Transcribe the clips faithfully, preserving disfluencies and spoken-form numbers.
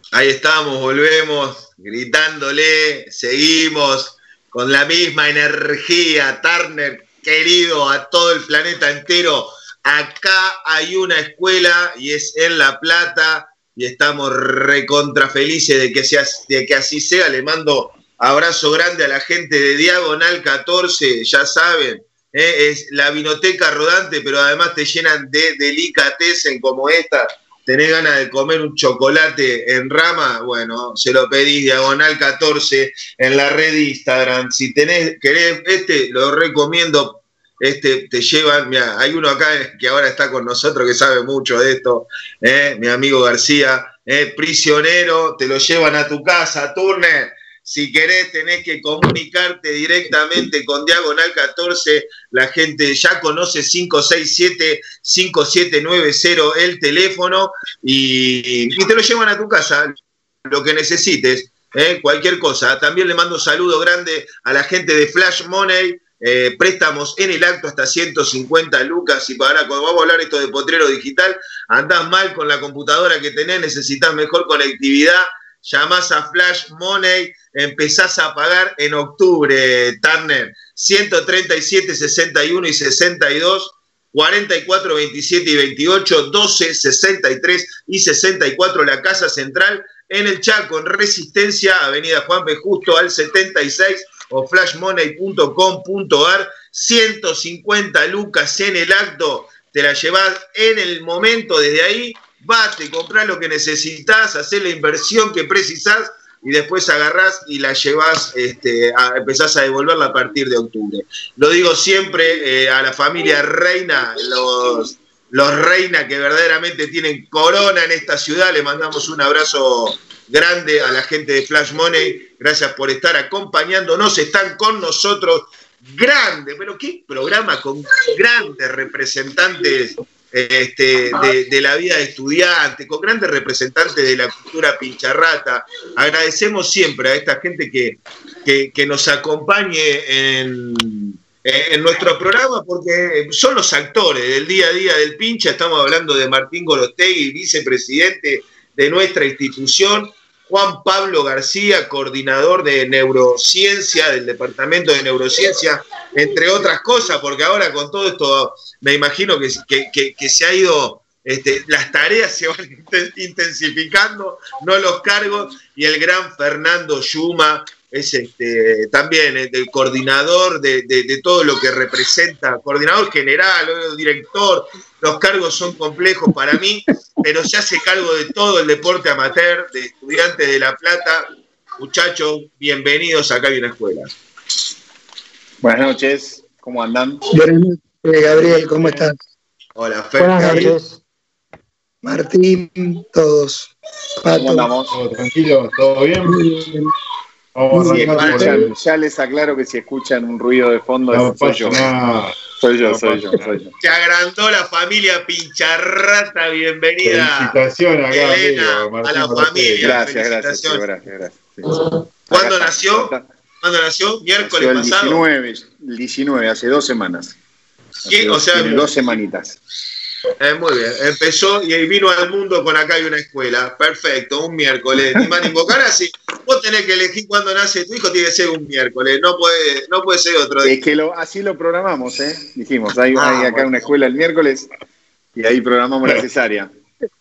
Ahí estamos, volvemos, gritándole, seguimos con la misma energía, Turner, querido, a todo el planeta entero. Acá hay una escuela y es en La Plata y estamos recontra felices de que, sea, de que así sea. Le mando abrazo grande a la gente de Diagonal catorce, ya saben, ¿eh? Es la vinoteca rodante, pero además te llenan de delicatessen como esta. ¿Tenés ganas de comer un chocolate en rama? Bueno, se lo pedís, Diagonal catorce en la red de Instagram. Si tenés, querés este, lo recomiendo. Este, te llevan, mira, hay uno acá que ahora está con nosotros que sabe mucho de esto, ¿eh? Mi amigo García, ¿eh? Prisionero, te lo llevan a tu casa, Turner. Si querés, tenés que comunicarte directamente con Diagonal catorce. La gente ya conoce cinco seis siete, cinco siete nueve cero el teléfono y, y te lo llevan a tu casa, lo que necesites, ¿eh? Cualquier cosa. También le mando un saludo grande a la gente de Flash Money, eh, préstamos en el acto hasta ciento cincuenta lucas. Y para cuando vamos a hablar esto de Potrero Digital, andás mal con la computadora que tenés, necesitas mejor conectividad, llamás a Flash Money, empezás a pagar en octubre, Turner, ciento treinta y siete, sesenta y uno y sesenta y dos, cuarenta y cuatro, veintisiete y veintiocho, doce, sesenta y tres y sesenta y cuatro, la Casa Central, en el Chaco, en Resistencia, Avenida Juan B. Justo al setenta y seis, o flash money punto com punto ar, ciento cincuenta lucas en el acto, te la llevás en el momento, desde ahí, vas, te comprás lo que necesitas, hacer la inversión que precisás y después agarrás y la llevás, este, a, empezás a devolverla a partir de octubre. Lo digo siempre eh, a la familia Reina, los, los Reina que verdaderamente tienen corona en esta ciudad, le mandamos un abrazo grande a la gente de Flash Money, gracias por estar acompañándonos, están con nosotros, grande, pero qué programa con grandes representantes Este, de, de la vida de estudiante, con grandes representantes de la cultura pincharrata. Agradecemos siempre a esta gente que, que, que nos acompañe en, en nuestro programa, porque son los actores del día a día del pincha. Estamos hablando de Martín Gorostegui, vicepresidente de nuestra institución, Juan Pablo García, coordinador de neurociencia, del Departamento de Neurociencia, entre otras cosas, porque ahora con todo esto me imagino que, que, que, que se ha ido, este, las tareas se van intensificando, no los cargos, y el gran Fernando Yuma es este, también el coordinador de, de, de todo lo que representa, coordinador general, director. Los cargos son complejos para mí, pero se hace cargo de todo el deporte amateur, de Estudiantes de La Plata. Muchachos, bienvenidos, acá hay una escuela. Buenas noches, ¿cómo andan? Buenas noches, Gabriel, ¿cómo estás? Hola, Fer. Buenas noches. Martín, todos. Pato. ¿Cómo andamos? ¿Todo tranquilo? ¿Todo bien? bien. Vamos Si a arrancar escuchan, por ya les aclaro que si escuchan un ruido de fondo, No soy yo. nada. Soy yo, No soy yo, pasa soy yo. Se agrandó la familia Pincharrata, bienvenida. Felicitaciones acá, Elena, amigo, Martín a la Gorostegui. familia. Gracias, gracias, sí, Felicitaciones. gracias, gracias. Sí. ¿Cuándo Acá nació? está. ¿Cuándo nació? Miércoles Nació el pasado. diecinueve, el diecinueve, hace dos semanas. ¿Qué? Hace O sea, dos, dos semanitas. Eh, muy bien, empezó y vino al mundo con acá hay una escuela. Perfecto, un miércoles. Ni más ni poco. Ahora sí, vos tenés que elegir cuándo nace tu hijo, tiene que ser un miércoles, no puede, no puede ser otro día. Es que lo, así lo programamos, ¿eh? Dijimos, hay, Ah, hay acá bueno. una escuela el miércoles y ahí programamos la cesárea.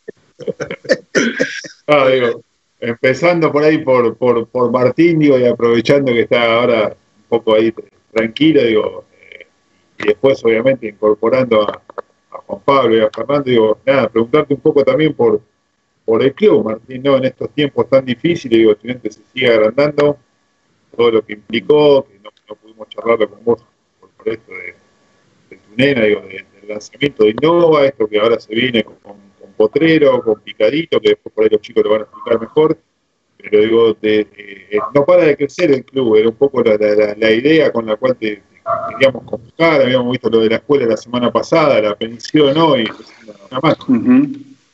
Ah, digo, empezando por ahí por, por, por Martín, digo, y aprovechando que está ahora un poco ahí tranquilo, digo, eh, y después obviamente incorporando a, a Juan Pablo y a Fernando, digo, nada, preguntarte un poco también por, por el club, Martín, ¿no? En estos tiempos tan difíciles, digo, Estudiantes se sigue agrandando, todo lo que implicó, que no, no pudimos charlarlo con vos por, por esto de, de tu nena, digo, de, del lanzamiento de Innova, esto que ahora se viene con, con, con Potrero, con Picadito, que después por ahí los chicos lo van a explicar mejor, pero digo, de, de, no para de crecer el club, era un poco la, la, la idea con la cual te, te queríamos convocar, habíamos visto lo de la escuela la semana pasada, la pensión hoy, nada más. Uh-huh.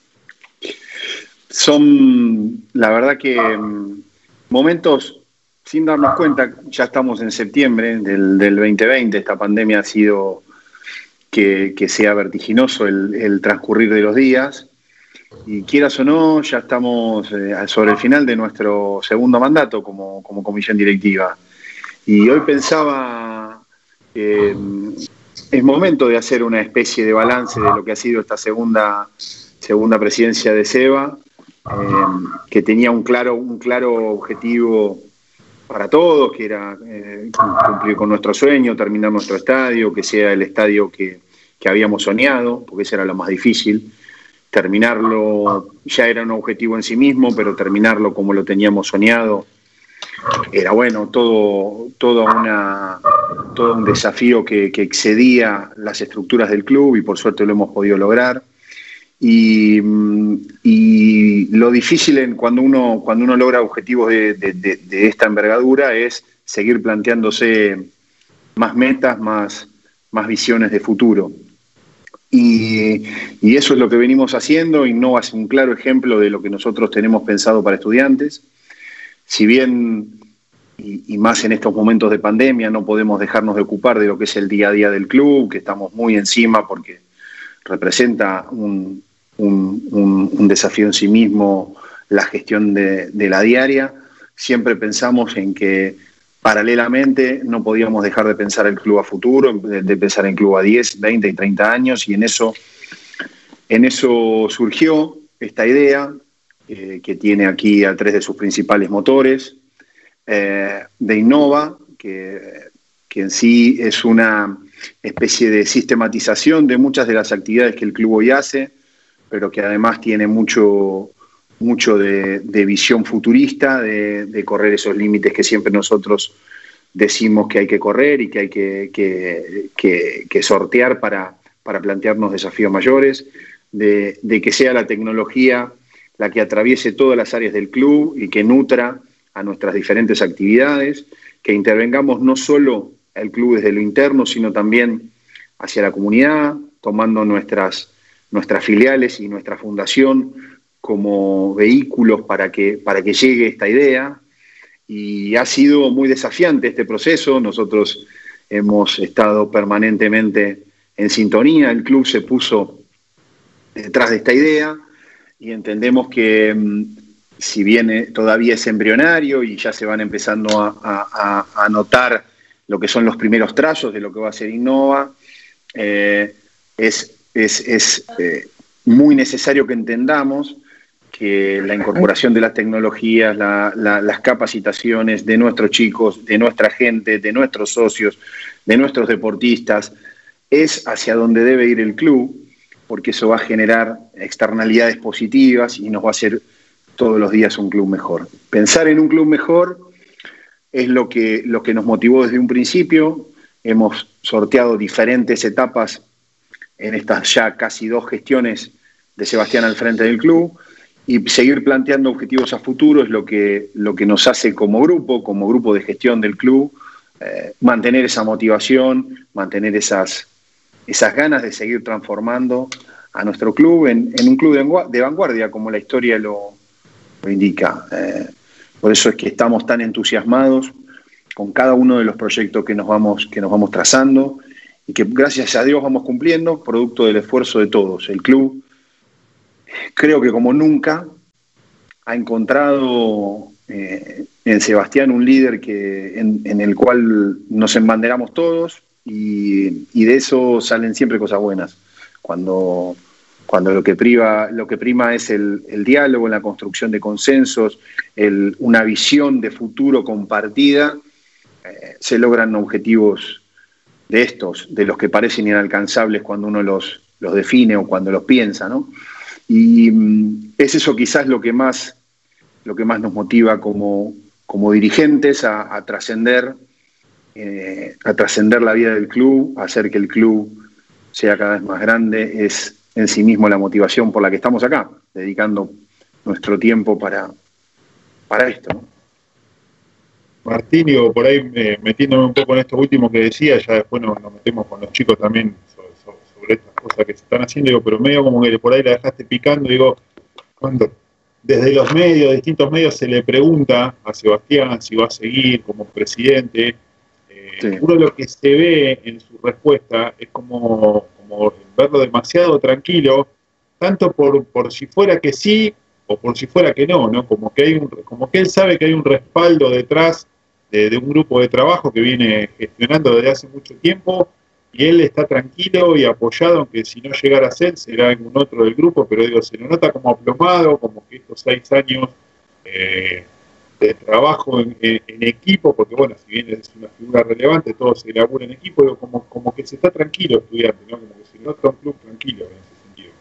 Son, la verdad que um, momentos sin darnos cuenta, ya estamos en septiembre del, del veinte veinte, esta pandemia ha sido que, que sea vertiginoso el, el transcurrir de los días, y quieras o no, ya estamos eh, sobre el final de nuestro segundo mandato como, como comisión directiva. Y hoy pensaba que eh, es momento de hacer una especie de balance de lo que ha sido esta segunda, segunda presidencia de SEBA, eh, que tenía un claro, un claro objetivo para todos, que era eh, cumplir con nuestro sueño, terminar nuestro estadio, que sea el estadio que, que habíamos soñado, porque eso era lo más difícil. Terminarlo ya era un objetivo en sí mismo, pero terminarlo como lo teníamos soñado era, bueno, todo, todo, una, todo un desafío que, que excedía las estructuras del club, y por suerte lo hemos podido lograr. Y, y lo difícil en cuando uno, cuando uno logra objetivos de, de, de, de esta envergadura es seguir planteándose más metas, más, más visiones de futuro. Y, y eso es lo que venimos haciendo. Innova es un claro ejemplo de lo que nosotros tenemos pensado para estudiantes. Si bien, y, y más en estos momentos de pandemia, no podemos dejarnos de ocupar de lo que es el día a día del club, que estamos muy encima porque representa un, un, un, un desafío en sí mismo la gestión de, de la diaria. Siempre pensamos en que paralelamente no podíamos dejar de pensar el club a futuro, de, de pensar en club a diez, veinte y treinta años, y en eso, en eso surgió esta idea eh, que tiene aquí a tres de sus principales motores, eh, de Innova, que, que en sí es una especie de sistematización de muchas de las actividades que el club hoy hace, pero que además tiene mucho, mucho de, de visión futurista, de, de correr esos límites que siempre nosotros decimos que hay que correr y que hay que, que, que, que sortear para, para plantearnos desafíos mayores, de, de que sea la tecnología la que atraviese todas las áreas del club y que nutra a nuestras diferentes actividades, que intervengamos no solo el club desde lo interno, sino también hacia la comunidad, tomando nuestras, nuestras filiales y nuestra fundación como vehículos para que, para que llegue esta idea. Y ha sido muy desafiante este proceso. Nosotros hemos estado permanentemente en sintonía, el club se puso detrás de esta idea y entendemos que si bien todavía es embrionario y ya se van empezando a, a, a notar lo que son los primeros trazos de lo que va a ser Innova, eh, es, es, es eh, muy necesario que entendamos que la incorporación de las tecnologías, la, la, las capacitaciones de nuestros chicos, de nuestra gente, de nuestros socios, de nuestros deportistas, es hacia donde debe ir el club, porque eso va a generar externalidades positivas y nos va a hacer todos los días un club mejor. Pensar en un club mejor es lo que, lo que nos motivó desde un principio. Hemos sorteado diferentes etapas en estas ya casi dos gestiones de Sebastián al frente del club, y seguir planteando objetivos a futuro es lo que, lo que nos hace como grupo, como grupo de gestión del club, eh, mantener esa motivación, mantener esas, esas ganas de seguir transformando a nuestro club en, en un club de, de vanguardia, como la historia lo, lo indica. Eh, por eso es que estamos tan entusiasmados con cada uno de los proyectos que nos vamos, que nos vamos trazando y que gracias a Dios vamos cumpliendo, producto del esfuerzo de todos. El club, creo que como nunca, ha encontrado eh, en Sebastián un líder que, en, en el cual nos embanderamos todos y, y de eso salen siempre cosas buenas. Cuando, cuando lo que priva, lo que prima es el, el diálogo, la construcción de consensos, el, una visión de futuro compartida, eh, se logran objetivos de estos, de los que parecen inalcanzables cuando uno los, los define o cuando los piensa, ¿no? Y es eso quizás lo que más, lo que más nos motiva como, como dirigentes a, a trascender eh, a trascender la vida del club, a hacer que el club sea cada vez más grande, es en sí mismo la motivación por la que estamos acá, dedicando nuestro tiempo para, para esto, ¿no? Martín, digo, por ahí eh, metiéndome un poco en esto último que decía, ya después nos, nos metemos con los chicos también sobre, sobre, sobre estas cosas que se están haciendo, digo, pero medio como que por ahí la dejaste picando, digo, cuando desde los medios, distintos medios, se le pregunta a Sebastián si va a seguir como presidente, eh, sí. Uno de lo que se ve en su respuesta es como, como verlo demasiado tranquilo, tanto por, por si fuera que sí o por si fuera que no, ¿no? Como que hay un, como que él sabe que hay un respaldo detrás de, de un grupo de trabajo que viene gestionando desde hace mucho tiempo, y él está tranquilo y apoyado, aunque si no llegara a ser, será algún otro del grupo, pero digo, se lo nota como aplomado, como que estos seis años eh, de trabajo en, en, en equipo, porque bueno, si bien es una figura relevante, todo se elabora en equipo, digo, como, como que se está tranquilo estudiante, ¿no? Como que se nota un club tranquilo en ese sentido.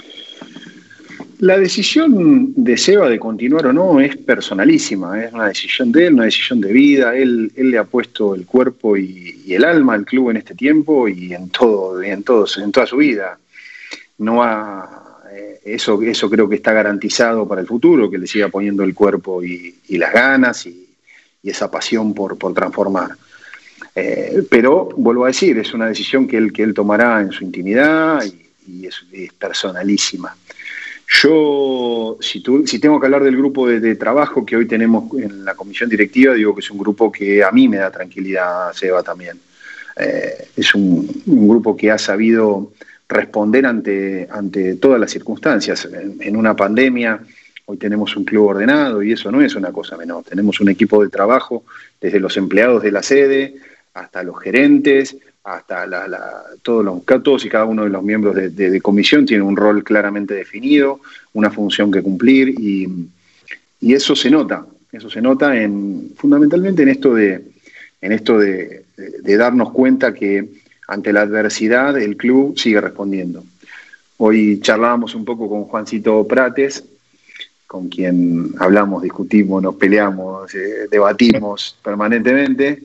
La decisión de Seba de continuar o no es personalísima, es una decisión de él, una decisión de vida. Él, él le ha puesto el cuerpo y, y el alma al club en este tiempo y en todo, en todos, en toda su vida. No ha, eh, eso, eso creo que está garantizado para el futuro, que le siga poniendo el cuerpo y, y las ganas y, y esa pasión por, por transformar. Eh, pero vuelvo a decir, es una decisión que él, que él tomará en su intimidad y, y es, es personalísima. Yo, si, tu, si tengo que hablar del grupo de, de trabajo que hoy tenemos en la comisión directiva, digo que es un grupo que a mí me da tranquilidad, Seba, también. Eh, es un, un grupo que ha sabido responder ante, ante todas las circunstancias. En, en una pandemia, hoy tenemos un club ordenado y eso no es una cosa menor. Tenemos un equipo de trabajo, desde los empleados de la sede hasta los gerentes, hasta la, la, todos, los, todos y cada uno de los miembros de, de, de comisión tiene un rol claramente definido, una función que cumplir, y, y eso se nota, eso se nota en, fundamentalmente en esto, de, en esto de, de, de darnos cuenta que ante la adversidad el club sigue respondiendo. Hoy charlábamos un poco con Juancito Prates, con quien hablamos, discutimos, nos peleamos, eh, debatimos permanentemente,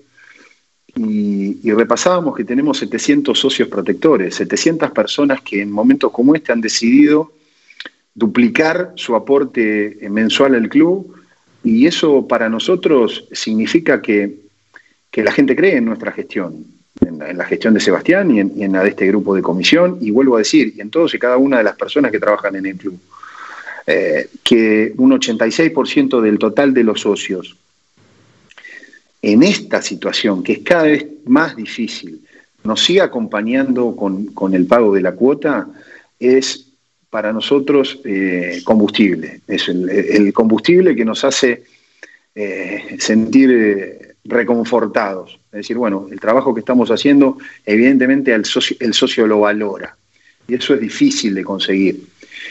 Y, y repasábamos que tenemos setecientos socios protectores, setecientas personas que en momentos como este han decidido duplicar su aporte mensual al club, y eso para nosotros significa que, que la gente cree en nuestra gestión, en la, en la gestión de Sebastián y en, y en la de este grupo de comisión, y vuelvo a decir, y en todos y cada una de las personas que trabajan en el club, eh, que un ochenta y seis por ciento del total de los socios en esta situación, que es cada vez más difícil, nos siga acompañando con, con el pago de la cuota, es para nosotros eh, combustible. Es el, el combustible que nos hace eh, sentir eh, reconfortados. Es decir, bueno, el trabajo que estamos haciendo, evidentemente el socio, el socio lo valora. Y eso es difícil de conseguir.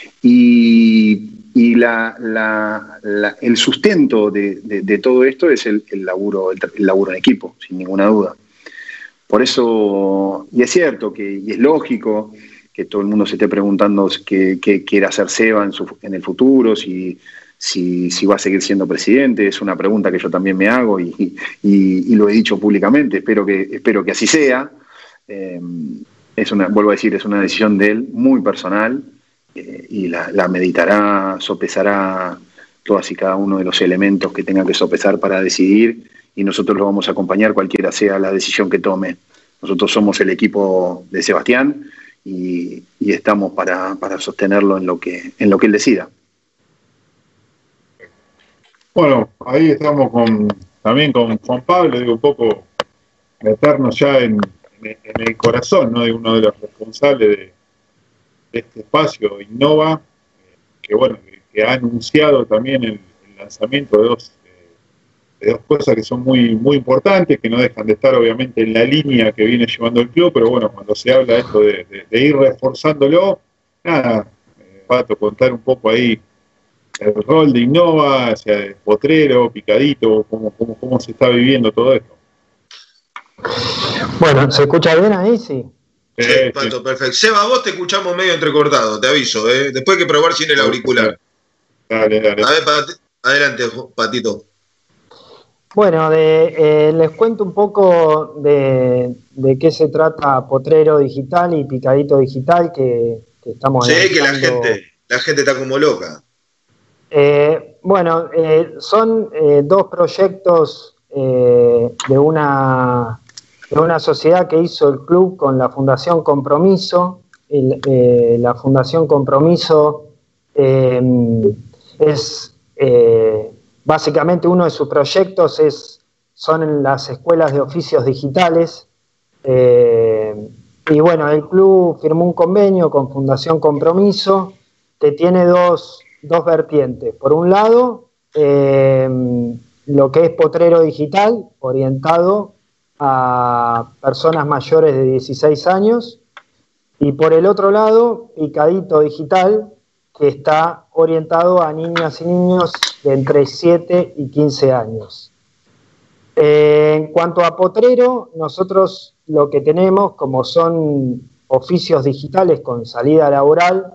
Y... Y la, la, la, el sustento de, de, de todo esto es el, el, laburo, el, el laburo en equipo, sin ninguna duda. Por eso, y es cierto que, y es lógico que todo el mundo se esté preguntando qué, qué quiere hacer Seba en, su, en el futuro, si, si, si va a seguir siendo presidente. Es una pregunta que yo también me hago y, y, y lo he dicho públicamente. Espero que, espero que así sea. Eh, es una, vuelvo a decir, es una decisión de él muy personal. Eh, y la, la meditará, sopesará todas y cada uno de los elementos que tenga que sopesar para decidir, y nosotros lo vamos a acompañar cualquiera sea la decisión que tome. Nosotros somos el equipo de Sebastián y, y estamos para, para sostenerlo en lo que, en lo que él decida. Bueno, ahí estamos con, también con Juan Pablo, digo, un poco meternos ya en, en, en el corazón, ¿no?, de uno de los responsables de de este espacio, Innova, eh, que bueno, que, que ha anunciado también el, el lanzamiento de dos, eh, de dos cosas que son muy, muy importantes, que no dejan de estar obviamente en la línea que viene llevando el club, pero bueno, cuando se habla de esto de, de, de ir reforzándolo, nada, eh, Pato, contar un poco ahí el rol de Innova, hacia el Potrero, Picadito, cómo, cómo, cómo se está viviendo todo esto. Bueno, ¿se escucha bien ahí? Sí. Sí, Pato, perfecto. Seba, vos te escuchamos medio entrecortado, te aviso, ¿eh? Después hay que probar sin el auricular. Dale, dale. A ver, Pat, adelante, Patito. Bueno, de, eh, les cuento un poco de, de qué se trata Potrero Digital y Picadito Digital, que, que estamos Sí, analizando. Que la gente, la gente está como loca. Eh, bueno, eh, son eh, dos proyectos eh, de una... de una sociedad que hizo el club con la Fundación Compromiso. El, eh, la Fundación Compromiso eh, es eh, básicamente uno de sus proyectos es, son en las escuelas de oficios digitales. Eh, y bueno, el club firmó un convenio con Fundación Compromiso que tiene dos, dos vertientes. Por un lado, eh, lo que es Potrero Digital, orientado a personas mayores de dieciséis años, y por el otro lado, Picadito Digital, que está orientado a niñas y niños de entre siete y quince años. Eh, en cuanto a Potrero, nosotros lo que tenemos, como son oficios digitales con salida laboral,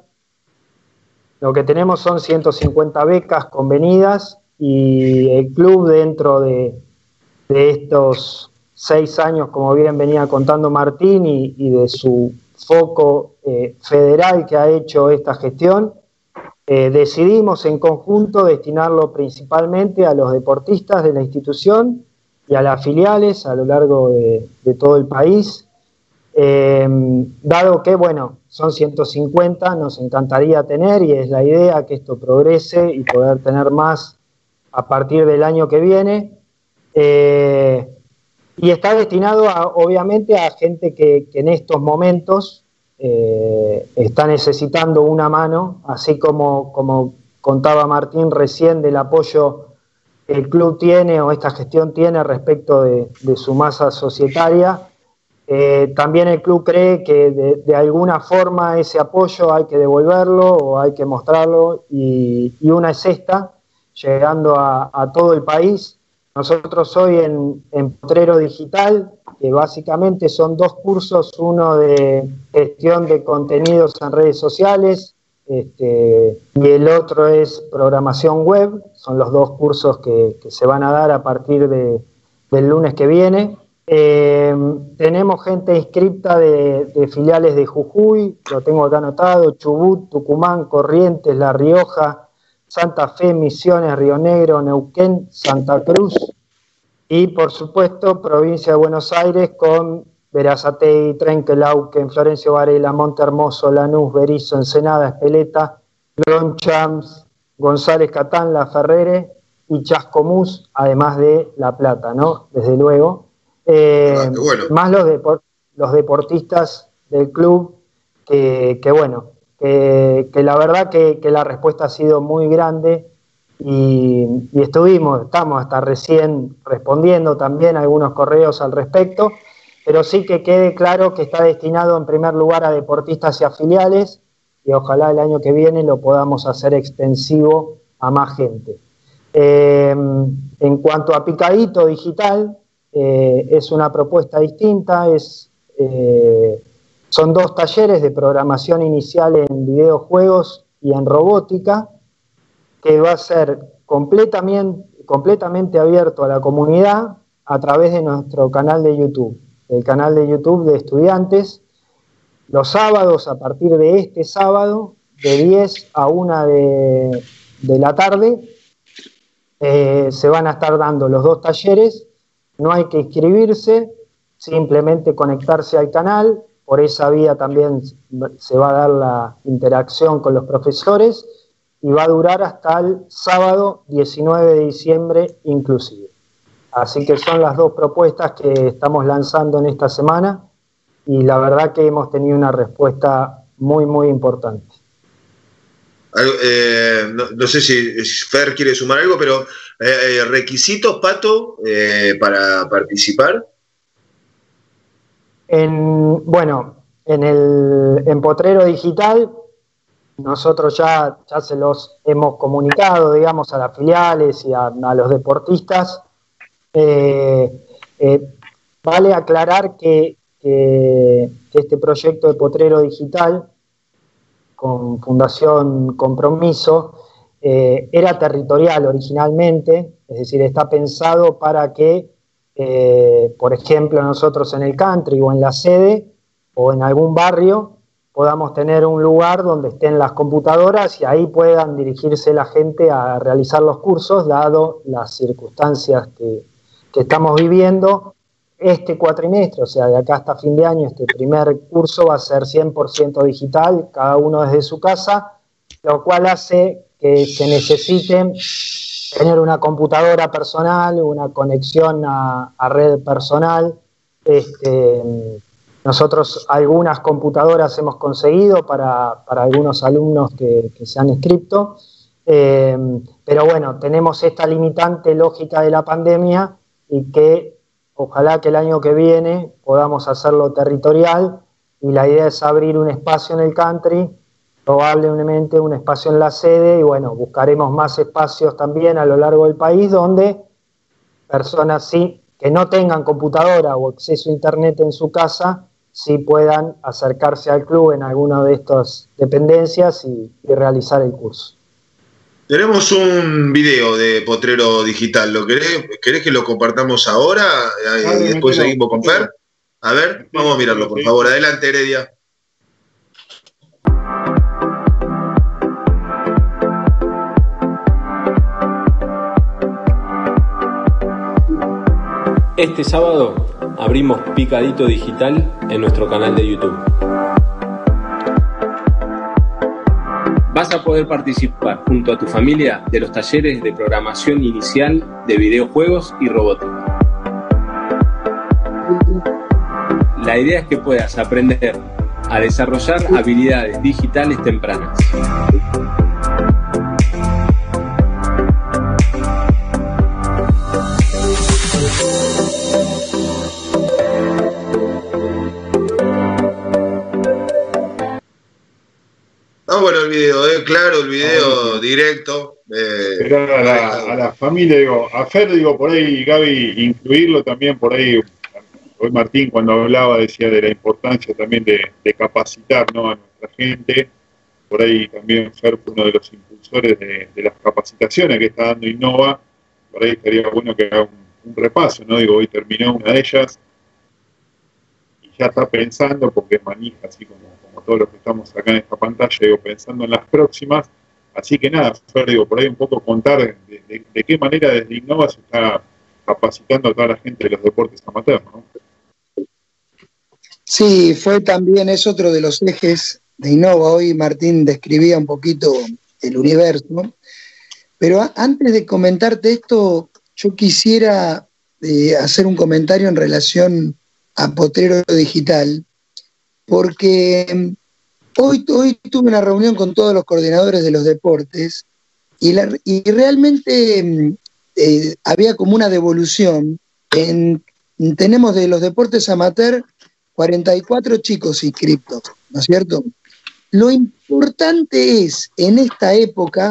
lo que tenemos son ciento cincuenta becas convenidas, y el club, dentro de, de estos seis años, como bien venía contando Martín, y, y de su foco eh, federal que ha hecho esta gestión, eh, decidimos en conjunto destinarlo principalmente a los deportistas de la institución y a las filiales a lo largo de, de todo el país. Eh, dado que, bueno, son ciento cincuenta, nos encantaría tener, y es la idea, que esto progrese y poder tener más a partir del año que viene. Eh, y está destinado, a, obviamente, a gente que, que en estos momentos eh, está necesitando una mano, así como, como contaba Martín recién del apoyo que el club tiene, o esta gestión tiene, respecto de, de su masa societaria. Eh, también el club cree que de, de alguna forma ese apoyo hay que devolverlo o hay que mostrarlo, y, y una es esta, llegando a, a todo el país. Nosotros hoy en, en Potrero Digital, que básicamente son dos cursos, uno de gestión de contenidos en redes sociales, este, y el otro es programación web. Son los dos cursos que, que se van a dar a partir de, del lunes que viene. Eh, tenemos gente inscripta de, de filiales de Jujuy, lo tengo acá anotado: Chubut, Tucumán, Corrientes, La Rioja, Santa Fe, Misiones, Río Negro, Neuquén, Santa Cruz, y por supuesto provincia de Buenos Aires, con Berazategui, Trenquelauquen, Florencio Varela, Monte Hermoso, Lanús, Berizo, Ensenada, Espeleta, Longchamps, González Catán, La Ferrere y Chascomús, además de La Plata, ¿no? Desde luego. Eh, bueno. Más los, depor los deportistas del club, que, que bueno, que, que la verdad que, que la respuesta ha sido muy grande, y, y estuvimos, estamos hasta recién respondiendo también algunos correos al respecto, pero sí que quede claro que está destinado en primer lugar a deportistas y a filiales, y ojalá el año que viene lo podamos hacer extensivo a más gente. Eh, en cuanto a Picadito Digital, eh, es una propuesta distinta, es, eh, son dos talleres de programación inicial en videojuegos y en robótica, que va a ser completamente, completamente abierto a la comunidad a través de nuestro canal de YouTube, el canal de YouTube de estudiantes. Los sábados, a partir de este sábado, de diez a una de, de la tarde, eh, se van a estar dando los dos talleres. No hay que inscribirse, simplemente conectarse al canal. Por esa vía también se va a dar la interacción con los profesores, y va a durar hasta el sábado diecinueve de diciembre inclusive. Así que son las dos propuestas que estamos lanzando en esta semana, y la verdad que hemos tenido una respuesta muy, muy importante. Eh, no, no sé si Fer quiere sumar algo, pero eh, ¿requisitos, Pato, eh, para participar? En, bueno, en, el, en Potrero Digital nosotros ya, ya se los hemos comunicado, digamos, a las filiales y a, a los deportistas. Eh, eh, vale aclarar que, que, que este proyecto de Potrero Digital, con Fundación Compromiso, eh, era territorial originalmente, es decir, está pensado para que, eh, por ejemplo, nosotros en el country o en la sede o en algún barrio podamos tener un lugar donde estén las computadoras y ahí puedan dirigirse la gente a realizar los cursos, dado las circunstancias que, que estamos viviendo. Este cuatrimestre, o sea, de acá hasta fin de año, este primer curso va a ser cien por ciento digital, cada uno desde su casa, lo cual hace que se necesite tener una computadora personal, una conexión a, a red personal, este, Nosotros algunas computadoras hemos conseguido para, para algunos alumnos que, que se han inscrito, eh, pero bueno, tenemos esta limitante lógica de la pandemia y que ojalá que el año que viene podamos hacerlo territorial, y la idea es abrir un espacio en el country, probablemente un espacio en la sede, y bueno, buscaremos más espacios también a lo largo del país donde personas sí, que no tengan computadora o acceso a internet en su casa, sí puedan acercarse al club en alguna de estas dependencias y, y realizar el curso. Tenemos un video de Potrero Digital, ¿lo querés, querés que lo compartamos ahora? Y después seguimos con Fer. A ver, vamos a mirarlo, por favor. Adelante, Heredia. Este sábado abrimos Picadito Digital en nuestro canal de YouTube. Vas a poder participar junto a tu familia de los talleres de programación inicial de videojuegos y robótica. La idea es que puedas aprender a desarrollar habilidades digitales tempranas. Ah, bueno, el video, eh, claro, el video directo. Eh, Pero a la, a la familia, digo, a Fer, digo, por ahí, Gaby, incluirlo también por ahí. Hoy Martín, cuando hablaba, decía de la importancia también de, de capacitar, ¿no?, a nuestra gente. Por ahí también Fer fue uno de los impulsores de, de las capacitaciones que está dando Innova. Por ahí estaría bueno que haga un, un repaso, ¿no? Digo, hoy terminó una de ellas y ya está pensando, porque es manija, así como, como todos los que estamos acá en esta pantalla, digo, pensando en las próximas. Así que nada, Fer, digo, por ahí un poco contar de, de, de qué manera desde Innova se está capacitando a toda la gente de los deportes amateurs, ¿no? Sí, fue también, es otro de los ejes de Innova. Hoy Martín describía un poquito el universo, pero a, antes de comentarte esto, yo quisiera eh, hacer un comentario en relación a Potrero Digital, porque hoy, hoy tuve una reunión con todos los coordinadores de los deportes y, la, y realmente eh, había como una devolución. En, tenemos de los deportes amateur cuarenta y cuatro chicos inscriptos, ¿no es cierto? Lo importante es, en esta época,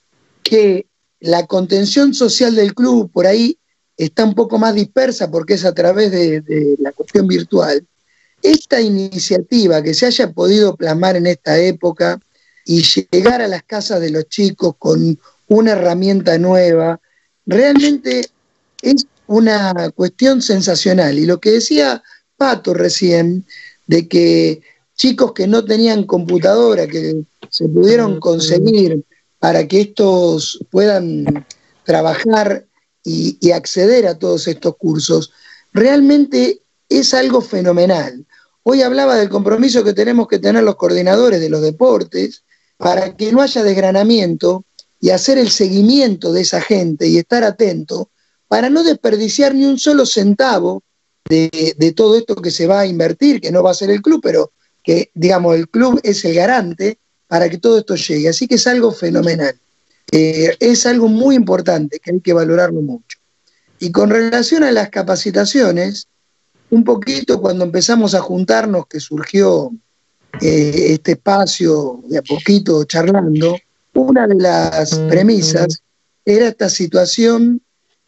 que la contención social del club por ahí está un poco más dispersa porque es a través de, de la cuestión virtual. Esta iniciativa que se haya podido plasmar en esta época y llegar a las casas de los chicos con una herramienta nueva, realmente es una cuestión sensacional. Y lo que decía Pato recién, de que chicos que no tenían computadora, que se pudieron conseguir para que estos puedan trabajar y, y acceder a todos estos cursos, realmente es algo fenomenal. Hoy hablaba del compromiso que tenemos que tener los coordinadores de los deportes para que no haya desgranamiento y hacer el seguimiento de esa gente y estar atento para no desperdiciar ni un solo centavo De, de todo esto que se va a invertir, que no va a ser el club, pero que, digamos, el club es el garante para que todo esto llegue. Así que es algo fenomenal. Eh, es algo muy importante, que hay que valorarlo mucho. Y con relación a las capacitaciones, un poquito cuando empezamos a juntarnos, que surgió eh, este espacio de a poquito charlando, una de las premisas era esta situación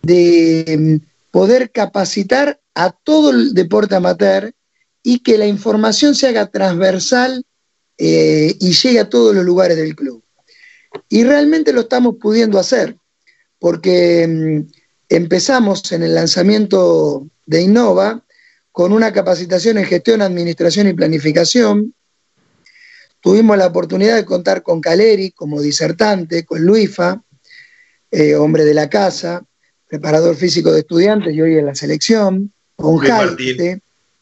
de poder capacitar a todo el deporte amateur y que la información se haga transversal eh, y llegue a todos los lugares del club. Y realmente lo estamos pudiendo hacer, porque mm, empezamos en el lanzamiento de Innova con una capacitación en gestión, administración y planificación. Tuvimos la oportunidad de contar con Caleri como disertante, con Luifa, eh, hombre de la casa, preparador físico de estudiantes y hoy en la selección, con Jaite.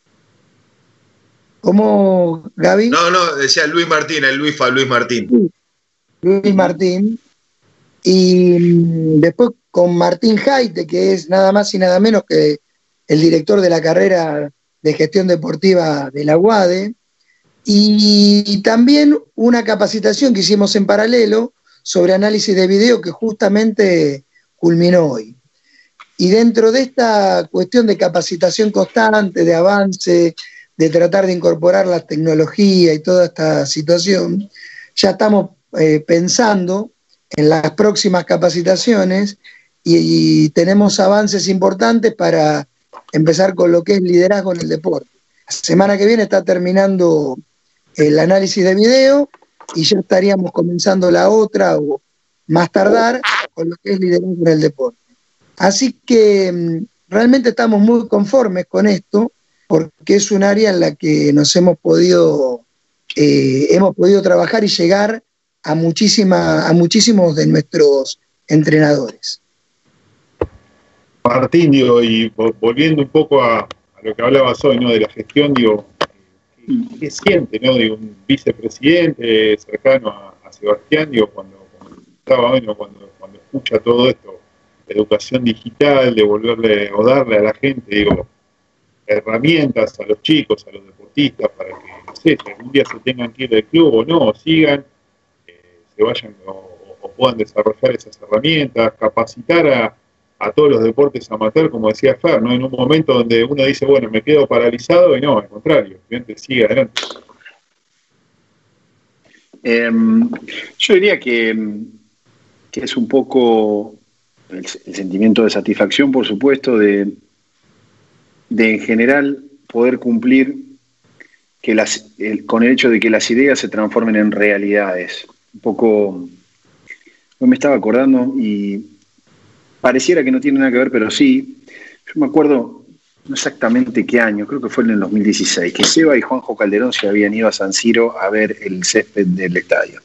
¿Cómo, Gaby? No, no, decía Luis Martín, el Luifa, Luis Martín. Sí, Luis Martín. Y mm, después con Martín Jaite, que es nada más y nada menos que el director de la carrera de Gestión Deportiva de la UADE, y también una capacitación que hicimos en paralelo sobre análisis de video que justamente culminó hoy. Y dentro de esta cuestión de capacitación constante, de avance, de tratar de incorporar la tecnología y toda esta situación, ya estamos eh, pensando en las próximas capacitaciones y, y tenemos avances importantes para empezar con lo que es liderazgo en el deporte. La semana que viene está terminando el análisis de video y ya estaríamos comenzando la otra o más tardar con lo que es liderazgo en el deporte. Así que realmente estamos muy conformes con esto porque es un área en la que nos hemos podido, eh, hemos podido trabajar y llegar a, muchísima, a muchísimos de nuestros entrenadores. Martín, digo, y volviendo un poco a, a lo que hablabas hoy, ¿no? De la gestión, digo, ¿qué siente, ¿no? De un vicepresidente cercano a, a Sebastián, digo, cuando, cuando estaba, bueno, cuando, cuando escucha todo esto, de educación digital, de volverle o darle a la gente, digo, herramientas a los chicos, a los deportistas, para que, no sé, si algún día se tengan que ir del club o no, o sigan, eh, se vayan o, o puedan desarrollar esas herramientas, capacitar a, a todos los deportes amateur, como decía Fer, ¿no? En un momento donde uno dice, bueno, me quedo paralizado, y no, al contrario, el sigue adelante. Eh, yo diría que, que es un poco el, el sentimiento de satisfacción, por supuesto, de de en general poder cumplir que las, el, con el hecho de que las ideas se transformen en realidades. Un poco, yo me estaba acordando y pareciera que no tiene nada que ver, pero sí. Yo me acuerdo no exactamente qué año, creo que fue en el dos mil dieciséis, que Seba y Juanjo Calderón se habían ido a San Siro a ver el césped del estadio.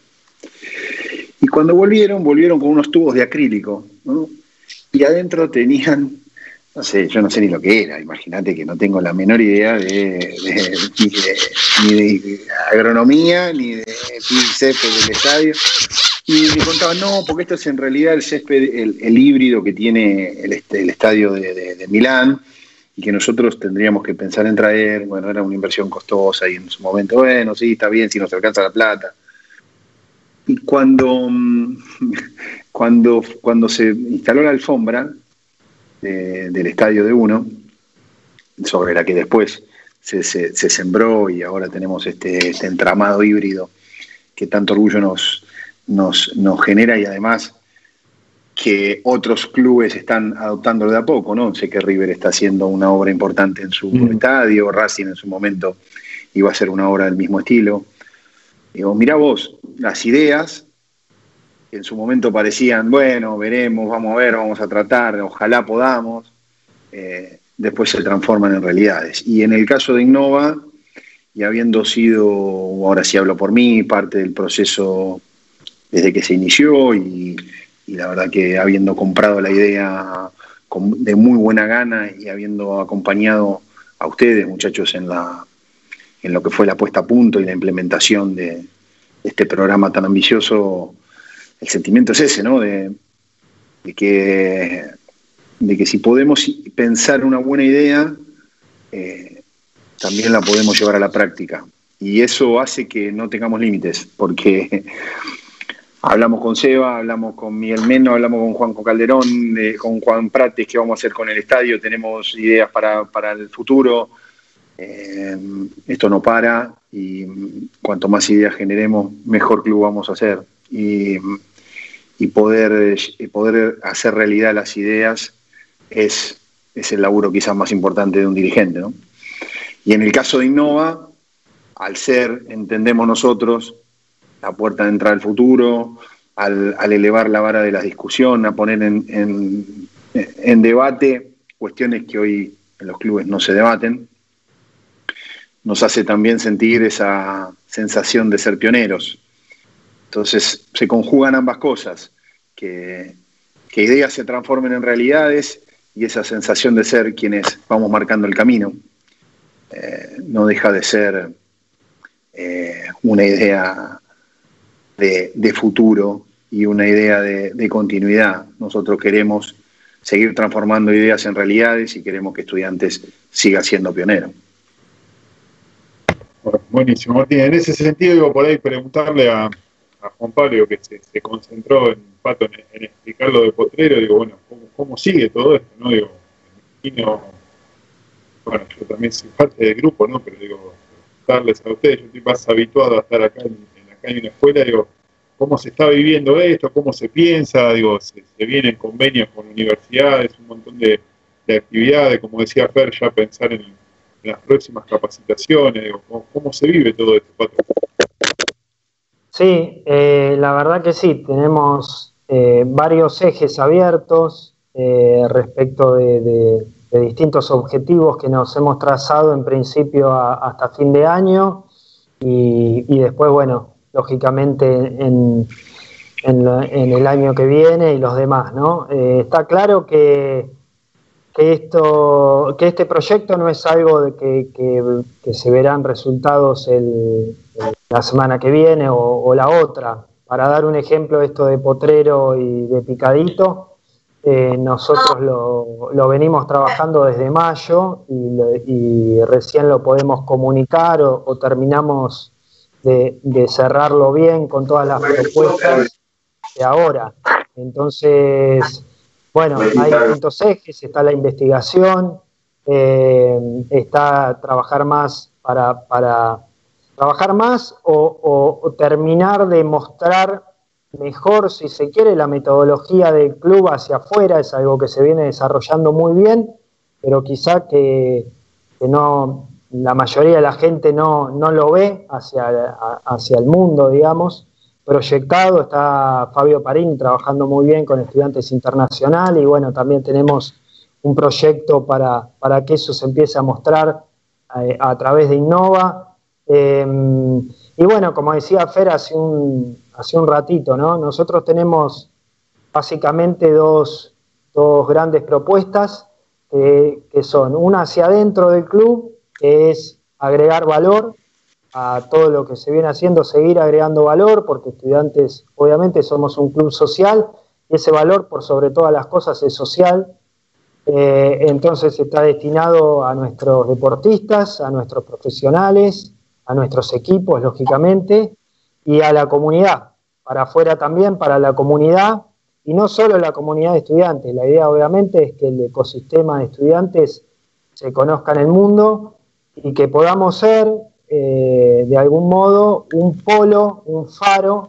Y cuando volvieron, volvieron con unos tubos de acrílico, ¿no? Y adentro tenían, no sé, yo no sé ni lo que era, imagínate que no tengo la menor idea de, de, ni, de ni de agronomía, ni de césped del estadio. Y me contaban, no, porque esto es en realidad el césped, el, el híbrido que tiene el, este, el estadio de, de, de Milán, y que nosotros tendríamos que pensar en traer. Bueno, era una inversión costosa, y en su momento, bueno, sí, está bien, si nos alcanza la plata. Y cuando, cuando, cuando se instaló la alfombra De, del estadio de uno, sobre la que después se, se, se sembró y ahora tenemos este, este entramado híbrido que tanto orgullo nos, nos, nos genera, y además que otros clubes están adoptándolo de a poco, ¿no? Sé que River está haciendo una obra importante en su mm. estadio, Racing en su momento iba a hacer una obra del mismo estilo. Digo, mirá vos, las ideas que en su momento parecían, bueno, veremos, vamos a ver, vamos a tratar, ojalá podamos, eh, después se transforman en realidades. Y en el caso de Innova, y habiendo sido, ahora sí hablo por mí, parte del proceso desde que se inició, y, y la verdad que habiendo comprado la idea con, de muy buena gana, y habiendo acompañado a ustedes, muchachos, en, la, en lo que fue la puesta a punto y la implementación de este programa tan ambicioso, el sentimiento es ese, ¿no? De, de, que, de que si podemos pensar una buena idea, eh, también la podemos llevar a la práctica. Y eso hace que no tengamos límites, porque hablamos con Seba, hablamos con Miguel Meno, hablamos con Juanjo Calderón, eh, con Juan Prates, qué vamos a hacer con el estadio, tenemos ideas para, para el futuro. Eh, esto no para, y cuanto más ideas generemos, mejor club vamos a hacer. Y, y poder, poder hacer realidad las ideas es, es el laburo quizás más importante de un dirigente, ¿no? Y en el caso de Innova, al ser, entendemos nosotros, la puerta de entrada al futuro, al, al elevar la vara de la discusión, a poner en, en, en debate cuestiones que hoy en los clubes no se debaten, nos hace también sentir esa sensación de ser pioneros. Entonces se conjugan ambas cosas, que, que ideas se transformen en realidades, y esa sensación de ser quienes vamos marcando el camino. Eh, no deja de ser eh, una idea de, de futuro y una idea de, de continuidad. Nosotros queremos seguir transformando ideas en realidades y queremos que Estudiantes siga siendo pionero. Buenísimo, Martín. En ese sentido, digo, por ahí preguntarle a, a Juan Pablo, que se, se concentró en Pato en, en explicar lo de Potrero, digo, bueno, ¿cómo, cómo sigue todo esto? ¿No? Digo, me imagino, bueno, yo también soy parte del grupo, ¿no? Pero digo, darles a ustedes, yo estoy más habituado a estar acá en, en acá en una escuela, digo, ¿cómo se está viviendo esto? ¿Cómo se piensa? Digo, se, se vienen convenios con universidades, un montón de, de actividades, como decía Fer, ya pensar en, en las próximas capacitaciones, digo, ¿cómo, cómo se vive todo esto, Pato? Sí, eh, la verdad que sí, tenemos eh, varios ejes abiertos eh, respecto de, de, de distintos objetivos que nos hemos trazado en principio a, hasta fin de año y, y después, bueno, lógicamente en, en, la, en el año que viene y los demás, ¿no? Eh, está claro que, que, esto, que este proyecto no es algo de que, que, que se verán resultados el, el, la semana que viene o, o la otra. Para dar un ejemplo, esto de Potrero y de Picadito, eh, nosotros lo, lo venimos trabajando desde mayo y, y recién lo podemos comunicar o, o terminamos De, de cerrarlo bien con todas las propuestas de ahora. Entonces, bueno, hay distintos ejes, está la investigación, eh, está trabajar más para, para trabajar más o, o, o terminar de mostrar mejor, si se quiere, la metodología del club hacia afuera. Es algo que se viene desarrollando muy bien, pero quizá que, que no... la mayoría de la gente no, no lo ve hacia, hacia el mundo, digamos, proyectado. Está Fabio Parini trabajando muy bien con Estudiantes Internacional y bueno, también tenemos un proyecto para, para que eso se empiece a mostrar eh, a través de Innova. Eh, y bueno, como decía Fer hace un, hace un ratito, ¿no? Nosotros tenemos básicamente dos, dos grandes propuestas eh, que son una hacia adentro del club, que es agregar valor a todo lo que se viene haciendo, seguir agregando valor, porque Estudiantes obviamente somos un club social y ese valor por sobre todas las cosas es social. Eh, entonces está destinado a nuestros deportistas, a nuestros profesionales, a nuestros equipos, lógicamente, y a la comunidad, para afuera también, para la comunidad, y no solo la comunidad de estudiantes. La idea obviamente es que el ecosistema de estudiantes se conozca en el mundo y que podamos ser, eh, de algún modo, un polo, un faro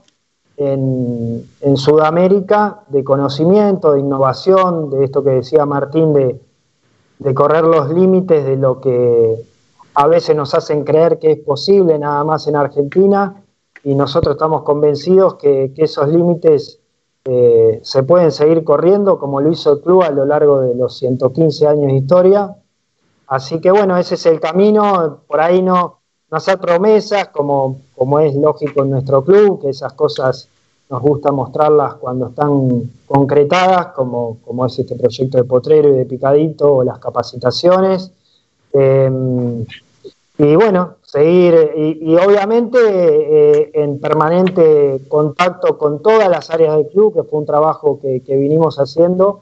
en, en Sudamérica de conocimiento, de innovación, de esto que decía Martín, de, de correr los límites de lo que a veces nos hacen creer que es posible nada más en Argentina, y nosotros estamos convencidos que, que esos límites eh, se pueden seguir corriendo, como lo hizo el club a lo largo de los ciento quince años de historia. Así que bueno, ese es el camino. Por ahí no, no hacer promesas, como, como es lógico en nuestro club, que esas cosas nos gusta mostrarlas cuando están concretadas, como, como es este proyecto de Potrero y de Picadito, o las capacitaciones. Eh, y bueno, seguir, y, y obviamente eh, en permanente contacto con todas las áreas del club, que fue un trabajo que, que vinimos haciendo,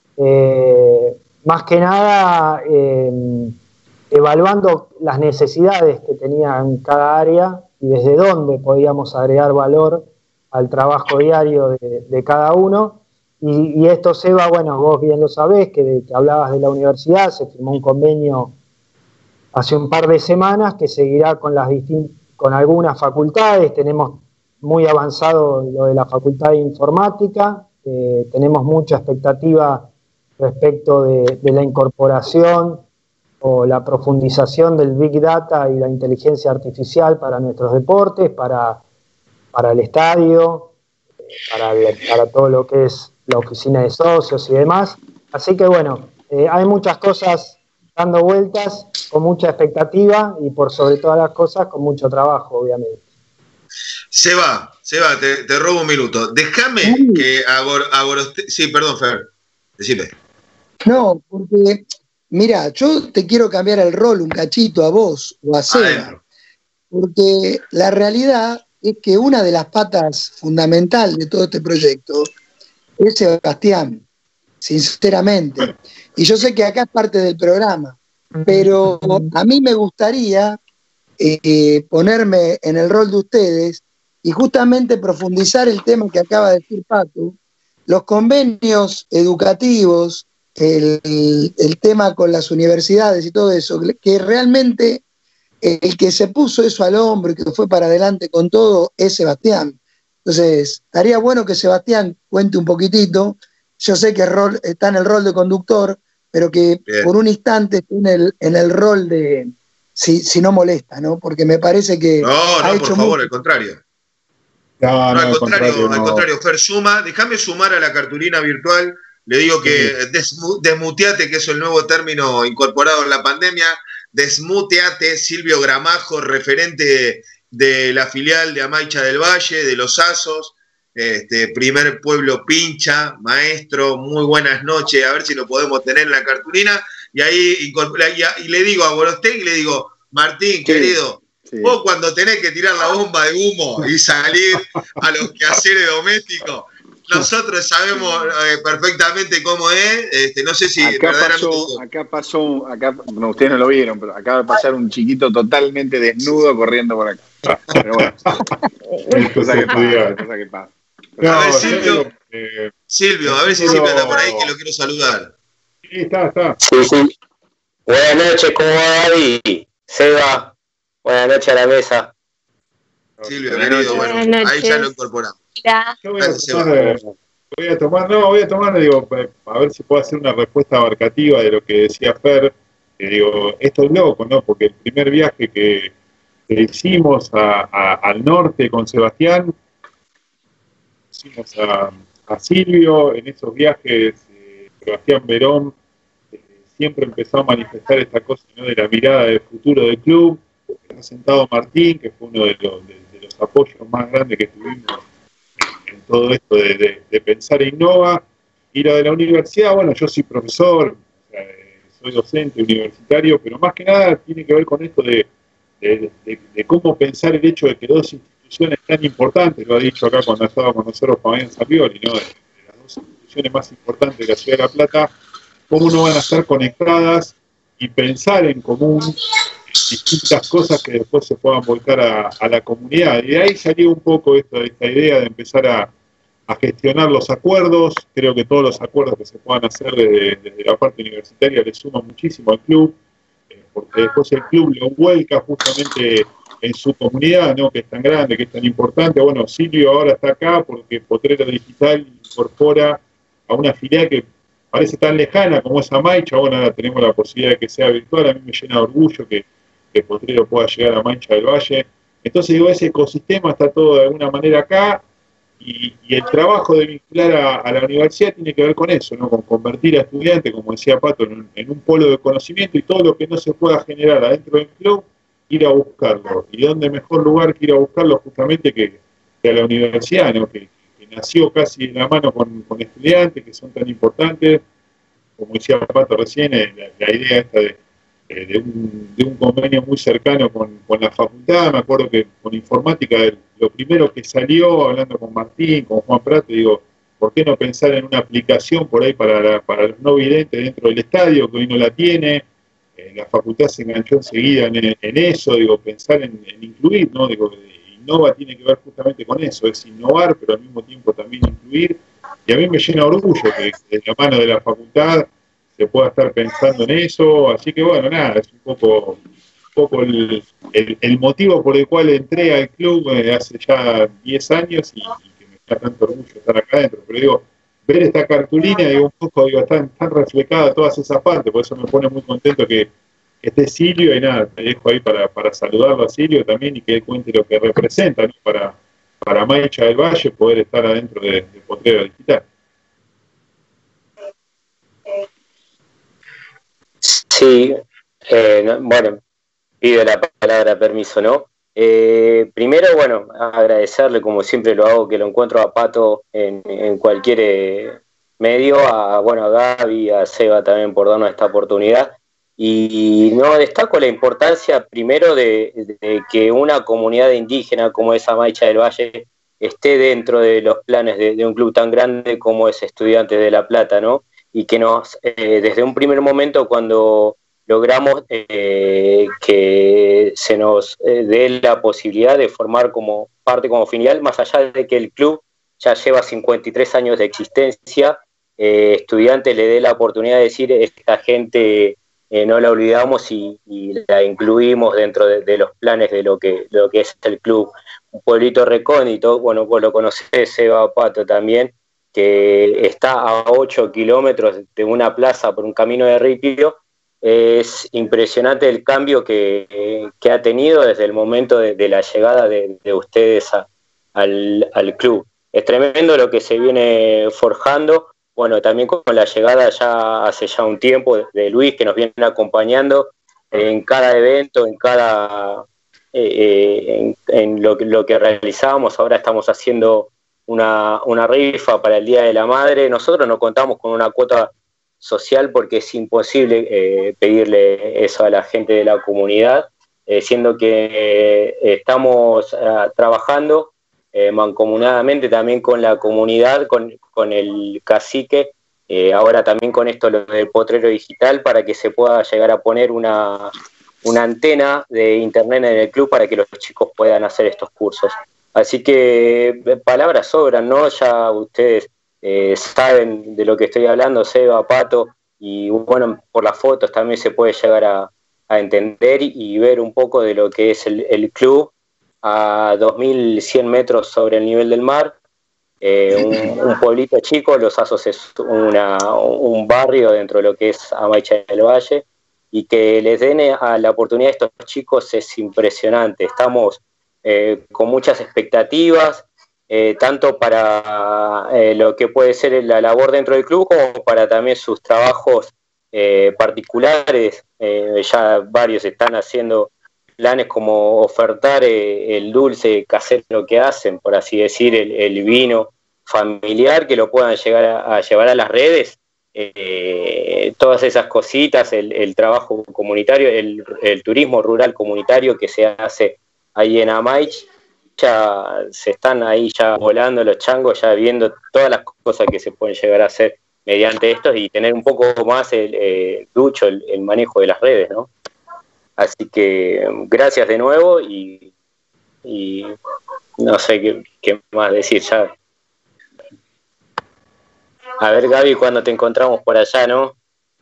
eh, más que nada eh, evaluando las necesidades que tenía en cada área y desde dónde podíamos agregar valor al trabajo diario de, de cada uno. Y, y esto, Seba, bueno, vos bien lo sabés, que, de, que hablabas de la universidad, se firmó un convenio hace un par de semanas que seguirá con, las distin- con algunas facultades. Tenemos muy avanzado lo de la Facultad de Informática, eh, tenemos mucha expectativa respecto de, de la incorporación o la profundización del Big Data y la inteligencia artificial para nuestros deportes, para, para el estadio, para, el, para todo lo que es la oficina de socios y demás. Así que bueno, eh, hay muchas cosas dando vueltas, con mucha expectativa y por sobre todas las cosas con mucho trabajo, obviamente. Seba, Seba, te, te robo un minuto. Déjame que Agor, Agoroste... Sí, perdón, Fer, decime. No, porque, mira, yo te quiero cambiar el rol un cachito a vos o a Seba, adentro. Porque la realidad es que una de las patas fundamentales de todo este proyecto es Sebastián, sinceramente. Y yo sé que acá es parte del programa, pero a mí me gustaría eh, ponerme en el rol de ustedes y justamente profundizar el tema que acaba de decir Pato, los convenios educativos, el, el tema con las universidades y todo eso, que realmente el que se puso eso al hombro y que fue para adelante con todo es Sebastián. Entonces, estaría bueno que Sebastián cuente un poquitito. Yo sé que rol, está en el rol de conductor, pero que Bien. por un instante esté en el, en el rol de, si, si no molesta, ¿no? Porque me parece que... No, no, ha por hecho favor, mucho. al contrario. No, No, no, al al contrario, contrario, al no. contrario, Fer, suma, déjame sumar a la cartulina virtual, le digo que Sí. desmu- desmuteate, que es el nuevo término incorporado en la pandemia, desmuteate, Silvio Gramajo, referente de la filial de Amaicha del Valle, de Los Asos, este, primer pueblo pincha, maestro, muy buenas noches, a ver si lo podemos tener en la cartulina, y ahí incorpora, y, a- y le digo a Gorostegui, le digo, Martín, Sí. querido, Sí. vos cuando tenés que tirar la bomba de humo y salir a los quehaceres domésticos, nosotros sabemos eh, perfectamente cómo es, este, no sé si Acá verdaderamente... pasó, acá pasó, acá, no, ustedes no lo vieron, pero acaba de pasar un chiquito totalmente desnudo corriendo por acá. Pero bueno, Esto cosa es que pasa, estudiar. cosa que pasa. A ver, No, Silvio. yo digo, eh, Silvio, a ver si Silvio está por ahí, que lo quiero saludar. sí, está, está. Sí, sí. Buenas noches, ¿cómo va David? Seba, buenas noches a la mesa. Silvio, Buenas querido, noches. bueno, Buenas ahí ya lo noches. incorporamos. Mira, Yo voy a Dale, Seba. tomar, eh, voy a tomar, no, voy a tomar, digo, pa- a ver si puedo hacer una respuesta abarcativa de lo que decía Fer. Que digo, esto es loco, ¿no? Porque el primer viaje que, que hicimos a- a- al norte con Sebastián, hicimos a, a Silvio, en esos viajes, eh, Sebastián Verón eh, siempre empezó a manifestar esta cosa, ¿no? De la mirada del futuro del club. Está sentado Martín, que fue uno de los, de, de los apoyos más grandes que tuvimos en todo esto de, de, de pensar Innova. Y lo de la universidad, bueno, yo soy profesor, o sea, eh, soy docente universitario, pero más que nada tiene que ver con esto de, de, de, de cómo pensar el hecho de que dos instituciones tan importantes, lo ha dicho acá cuando estaba con nosotros Fabián Savioli, ¿no? De, de las dos instituciones más importantes de la Ciudad de La Plata, cómo no van a estar conectadas y pensar en común distintas cosas que después se puedan volcar a, a la comunidad. Y de ahí salió un poco esto, esta idea de empezar a, a gestionar los acuerdos. Creo que todos los acuerdos que se puedan hacer desde, desde la parte universitaria le suman muchísimo al club, eh, porque después el club lo vuelca justamente en su comunidad, ¿no? Que es tan grande, que es tan importante. Bueno, Silvio ahora está acá porque Potrero Digital incorpora a una filial que parece tan lejana como esa Amaicha. Bueno, ahora tenemos la posibilidad de que sea virtual. A mí me llena de orgullo que, que Potrero pueda llegar a Amaicha del Valle. Entonces, digo, ese ecosistema está todo de alguna manera acá, y, y el trabajo de vincular a, a la universidad tiene que ver con eso, ¿no? Con convertir a estudiantes, como decía Pato, en un, en un polo de conocimiento, y todo lo que no se pueda generar adentro del club, ir a buscarlo. ¿Y dónde mejor lugar que ir a buscarlo justamente que, que a la universidad, ¿no? Que, que nació casi en la mano con, con estudiantes que son tan importantes, como decía Pato recién, eh, la, la idea esta de, eh, de, un, de un convenio muy cercano con, con la facultad. Me acuerdo que con informática, lo primero que salió, hablando con Martín, con Juan Prato, digo, ¿por qué no pensar en una aplicación por ahí para, la, para los no videntes dentro del estadio, que hoy no la tiene? Eh, la facultad se enganchó enseguida en, en eso, digo, pensar en, en incluir, ¿no? Digo, Innova tiene que ver justamente con eso, es innovar, pero al mismo tiempo también incluir. Y a mí me llena de orgullo que de la mano de la facultad se pueda estar pensando en eso. Así que bueno, nada, es un poco, un poco el, el, el motivo por el cual entré al club eh, hace ya diez años, y, y que me da tanto orgullo estar acá adentro. Pero digo, ver esta cartulina, digo, un poco, digo, están tan reflejadas todas esas partes, por eso me pone muy contento que, que esté Silvio. Y nada, te dejo ahí para, para saludarlo a Silvio también, y que él cuente lo que representa, ¿no? para, para Amaicha del Valle poder estar adentro de, de Potrero Digital. Sí, eh, no, bueno, pido la palabra, permiso, ¿no? Eh, primero, bueno, agradecerle, como siempre lo hago, que lo encuentro a Pato en, en cualquier eh, medio, a, bueno, a Gaby, a Seba también por darnos esta oportunidad. Y no destaco la importancia primero de, de que una comunidad indígena como es Amaicha del Valle esté dentro de los planes de, de un club tan grande como es Estudiantes de La Plata, ¿no? Y que nos, eh, desde un primer momento, cuando logramos eh, que se nos eh, dé la posibilidad de formar como parte, como filial, más allá de que el club ya lleva cincuenta y tres años de existencia. Eh, Estudiantes le dé la oportunidad de decir, esta gente eh, no la olvidamos y, y la incluimos dentro de, de los planes de lo que, de lo que es el club. Un pueblito recóndito, bueno, vos lo conocés, Seba, Pato, también, que está a ocho kilómetros de una plaza por un camino de ripio. Es impresionante el cambio que, eh, que ha tenido desde el momento de, de la llegada de, de ustedes a, al, al club. Es tremendo lo que se viene forjando. Bueno, también con la llegada ya hace ya un tiempo de Luis, que nos viene acompañando en cada evento, en cada eh, en, en lo, lo que realizamos. Ahora estamos haciendo una, una rifa para el Día de la Madre. Nosotros no contamos con una cuota social porque es imposible eh, pedirle eso a la gente de la comunidad, eh, siendo que eh, estamos eh, trabajando Eh, mancomunadamente también con la comunidad, con, con el cacique, eh, ahora también con esto lo del potrero digital, para que se pueda llegar a poner una, una antena de internet en el club para que los chicos puedan hacer estos cursos. Así que palabras sobran, ¿no? Ya ustedes eh, saben de lo que estoy hablando, Seba, Pato, y bueno, por las fotos también se puede llegar a, a entender y, y ver un poco de lo que es el, el club, a dos mil cien metros sobre el nivel del mar, eh, un, un pueblito chico. Los Azos es una, un barrio dentro de lo que es Amaicha del Valle, y que les den a la oportunidad a estos chicos es impresionante. Estamos eh, con muchas expectativas, eh, tanto para eh, lo que puede ser la labor dentro del club, como para también sus trabajos eh, particulares. Eh, ya varios están haciendo planes como ofertar eh, el dulce casero que hacen, por así decir, el, el vino familiar, que lo puedan llegar a, a llevar a las redes, eh, todas esas cositas, el, el trabajo comunitario, el, el turismo rural comunitario que se hace ahí en Amaich. Ya se están ahí ya volando los changos, ya viendo todas las cosas que se pueden llegar a hacer mediante estos, y tener un poco más el eh, ducho, el, el manejo de las redes, ¿no? Así que gracias de nuevo y, y no sé qué, qué más decir ya. A ver, Gaby, cuando te encontramos por allá, ¿no?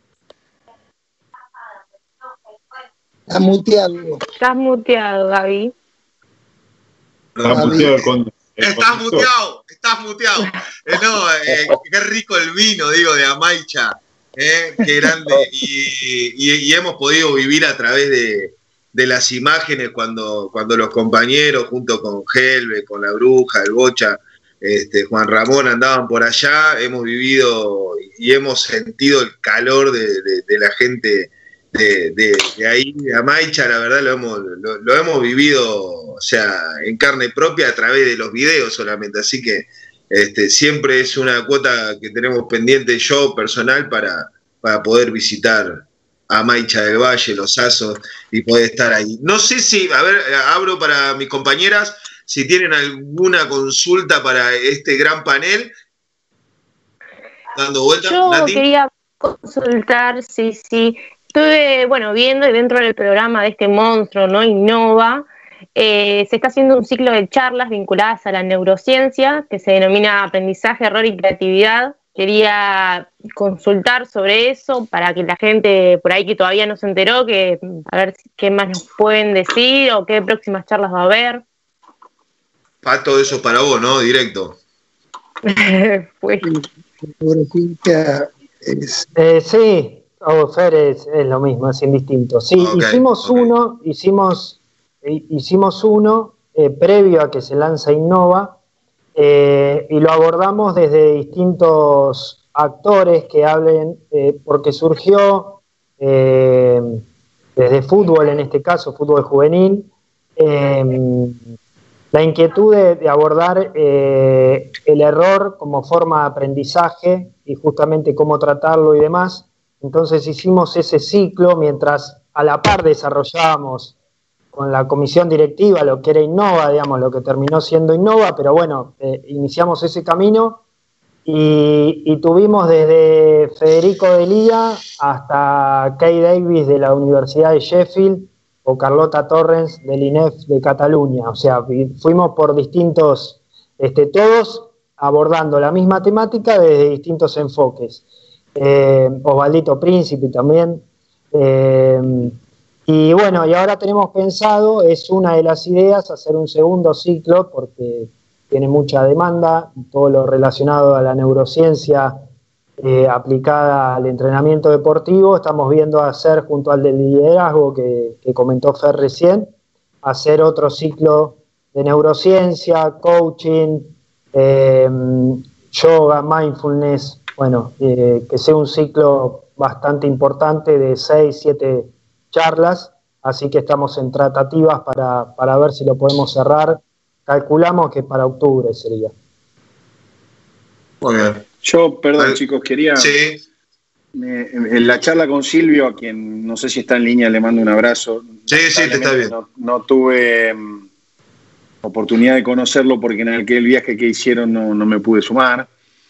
Estás muteado. Estás muteado, Gaby. Estás muteado con... Estás muteado, estás muteado. Eh, no, eh, qué rico el vino, digo, de Amaicha. Eh, qué grande. Y, y, y hemos podido vivir a través de, de las imágenes cuando, cuando los compañeros, junto con Helve, con la Bruja, el Bocha, este, Juan Ramón, andaban por allá. Hemos vivido y hemos sentido el calor de, de, de la gente de, de, de ahí, de Amaicha. La verdad lo hemos, lo, lo hemos vivido, o sea, en carne propia a través de los videos solamente. Así que Este, siempre es una cuota que tenemos pendiente yo personal para, para poder visitar Amaicha del Valle, Los Azos, y poder estar ahí. No sé si, a ver, abro para mis compañeras, si tienen alguna consulta para este gran panel. Dando vuelta, Yo Nati. quería consultar, sí, sí. Estuve, bueno, viendo y dentro del programa de este monstruo, ¿no? Innova. Eh, se está haciendo un ciclo de charlas vinculadas a la neurociencia que se denomina aprendizaje, error y creatividad. Quería consultar sobre eso para que la gente por ahí que todavía no se enteró, que a ver qué más nos pueden decir o qué próximas charlas va a haber. Pato, eso es para vos, ¿no? Directo. Pues. Es... Eh, sí, oh, Fer, es, es lo mismo, es indistinto. Sí, okay, hicimos okay. uno, hicimos... Hicimos uno eh, previo a que se lanza Innova eh, y lo abordamos desde distintos actores que hablen, eh, porque surgió eh, desde fútbol, en este caso, fútbol juvenil, eh, la inquietud de, de abordar eh, el error como forma de aprendizaje y justamente cómo tratarlo y demás. Entonces hicimos ese ciclo mientras a la par desarrollábamos con la comisión directiva lo que era Innova, digamos, lo que terminó siendo Innova, pero bueno, eh, iniciamos ese camino y, y tuvimos desde Federico de Lía hasta Kay Davis de la Universidad de Sheffield o Carlota Torrens del I N E F de Cataluña. O sea, fuimos por distintos, este, todos abordando la misma temática desde distintos enfoques. Eh, Osvaldito Príncipe también. Eh, y bueno, y ahora tenemos pensado, es una de las ideas, hacer un segundo ciclo porque tiene mucha demanda, todo lo relacionado a la neurociencia eh, aplicada al entrenamiento deportivo. Estamos viendo hacer, junto al del liderazgo que, que comentó Fer recién, hacer otro ciclo de neurociencia, coaching, eh, yoga, mindfulness, bueno, eh, que sea un ciclo bastante importante de seis, siete charlas, así que estamos en tratativas para, para ver si lo podemos cerrar. Calculamos que para octubre sería. Muy bien. Yo, perdón, Al, chicos, quería... Sí. Me, en la charla con Silvio, a quien no sé si está en línea, le mando un abrazo. Sí, sí, te está bien. No, no tuve um, oportunidad de conocerlo porque en aquel viaje que hicieron no, no me pude sumar.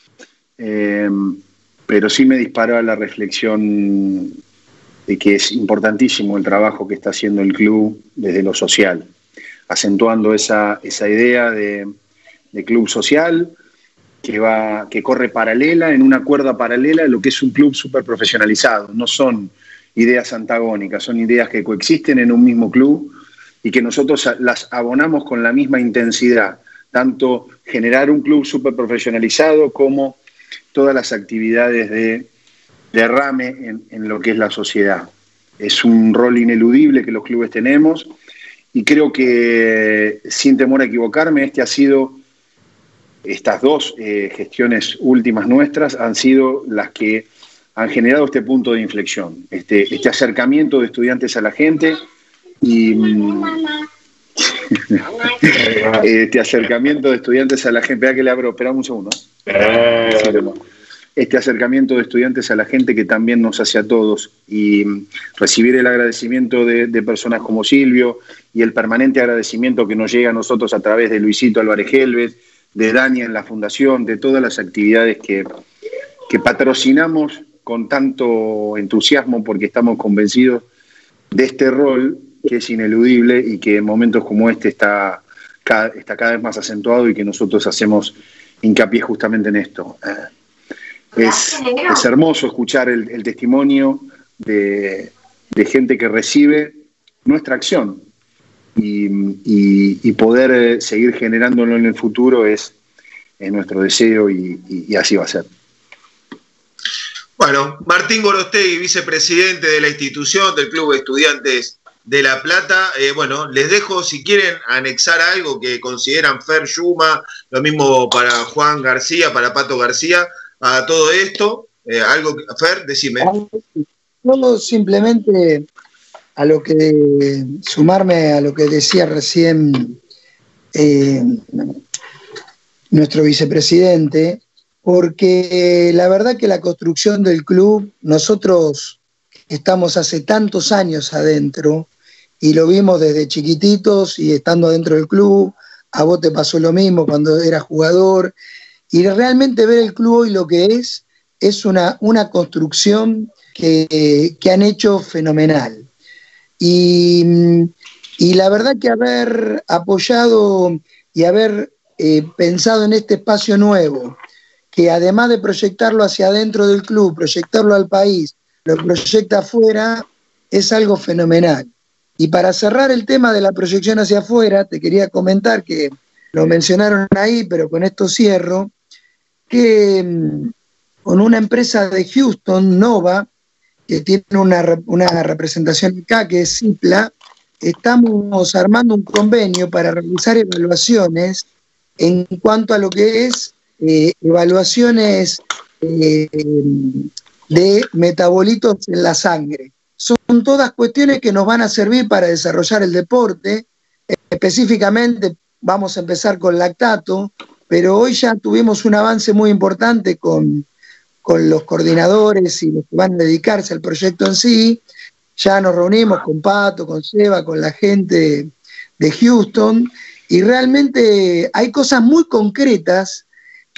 Eh, pero sí me disparó a la reflexión de que es importantísimo el trabajo que está haciendo el club desde lo social, acentuando esa, esa idea de, de club social que, va, que corre paralela, en una cuerda paralela a lo que es un club súper profesionalizado. No son ideas antagónicas, son ideas que coexisten en un mismo club y que nosotros las abonamos con la misma intensidad, tanto generar un club súper profesionalizado como todas las actividades de derrame en, en lo que es la sociedad. Es un rol ineludible que los clubes tenemos y creo que, sin temor a equivocarme, este ha sido, estas dos eh, gestiones últimas nuestras han sido las que han generado este punto de inflexión, este, este acercamiento de estudiantes a la gente y este acercamiento de estudiantes a la gente. Espera que le abro, esperamos un segundo. Este acercamiento de estudiantes a la gente que también nos hace a todos, y recibir el agradecimiento de, de personas como Silvio y el permanente agradecimiento que nos llega a nosotros a través de Luisito Álvarez Helvet, de Dani en la fundación, de todas las actividades que, que patrocinamos con tanto entusiasmo porque estamos convencidos de este rol que es ineludible y que en momentos como este está cada, está cada vez más acentuado y que nosotros hacemos hincapié justamente en esto. Es, es hermoso escuchar el, el testimonio de, de gente que recibe nuestra acción y, y, y poder seguir generándolo en el futuro es, es nuestro deseo y, y, y así va a ser. Bueno, Martín Gorostegui, vicepresidente de la institución del Club de Estudiantes de La Plata. Eh, bueno, les dejo si quieren anexar algo que consideran Fer Yuma, lo mismo para Juan García, para Pato García, a todo esto. Eh, algo, Fer, decime. No, simplemente a lo que sumarme a lo que decía recién eh, nuestro vicepresidente, porque la verdad que la construcción del club, nosotros estamos hace tantos años adentro y lo vimos desde chiquititos y estando adentro del club. A vos te pasó lo mismo cuando eras jugador, y realmente ver el club hoy lo que es, es una, una construcción que, que han hecho fenomenal. Y, y la verdad que haber apoyado y haber eh, pensado en este espacio nuevo, que además de proyectarlo hacia adentro del club, proyectarlo al país, lo proyecta afuera, es algo fenomenal. Y para cerrar el tema de la proyección hacia afuera, te quería comentar que lo mencionaron ahí, pero con esto cierro, que mmm, con una empresa de Houston, Nova, que tiene una, una representación acá, que es Cipla, estamos armando un convenio para realizar evaluaciones en cuanto a lo que es eh, evaluaciones eh, de metabolitos en la sangre. Son todas cuestiones que nos van a servir para desarrollar el deporte. Específicamente vamos a empezar con lactato, pero hoy ya tuvimos un avance muy importante con, con los coordinadores y los que van a dedicarse al proyecto en sí. Ya nos reunimos con Pato, con Seba, con la gente de Houston, y realmente hay cosas muy concretas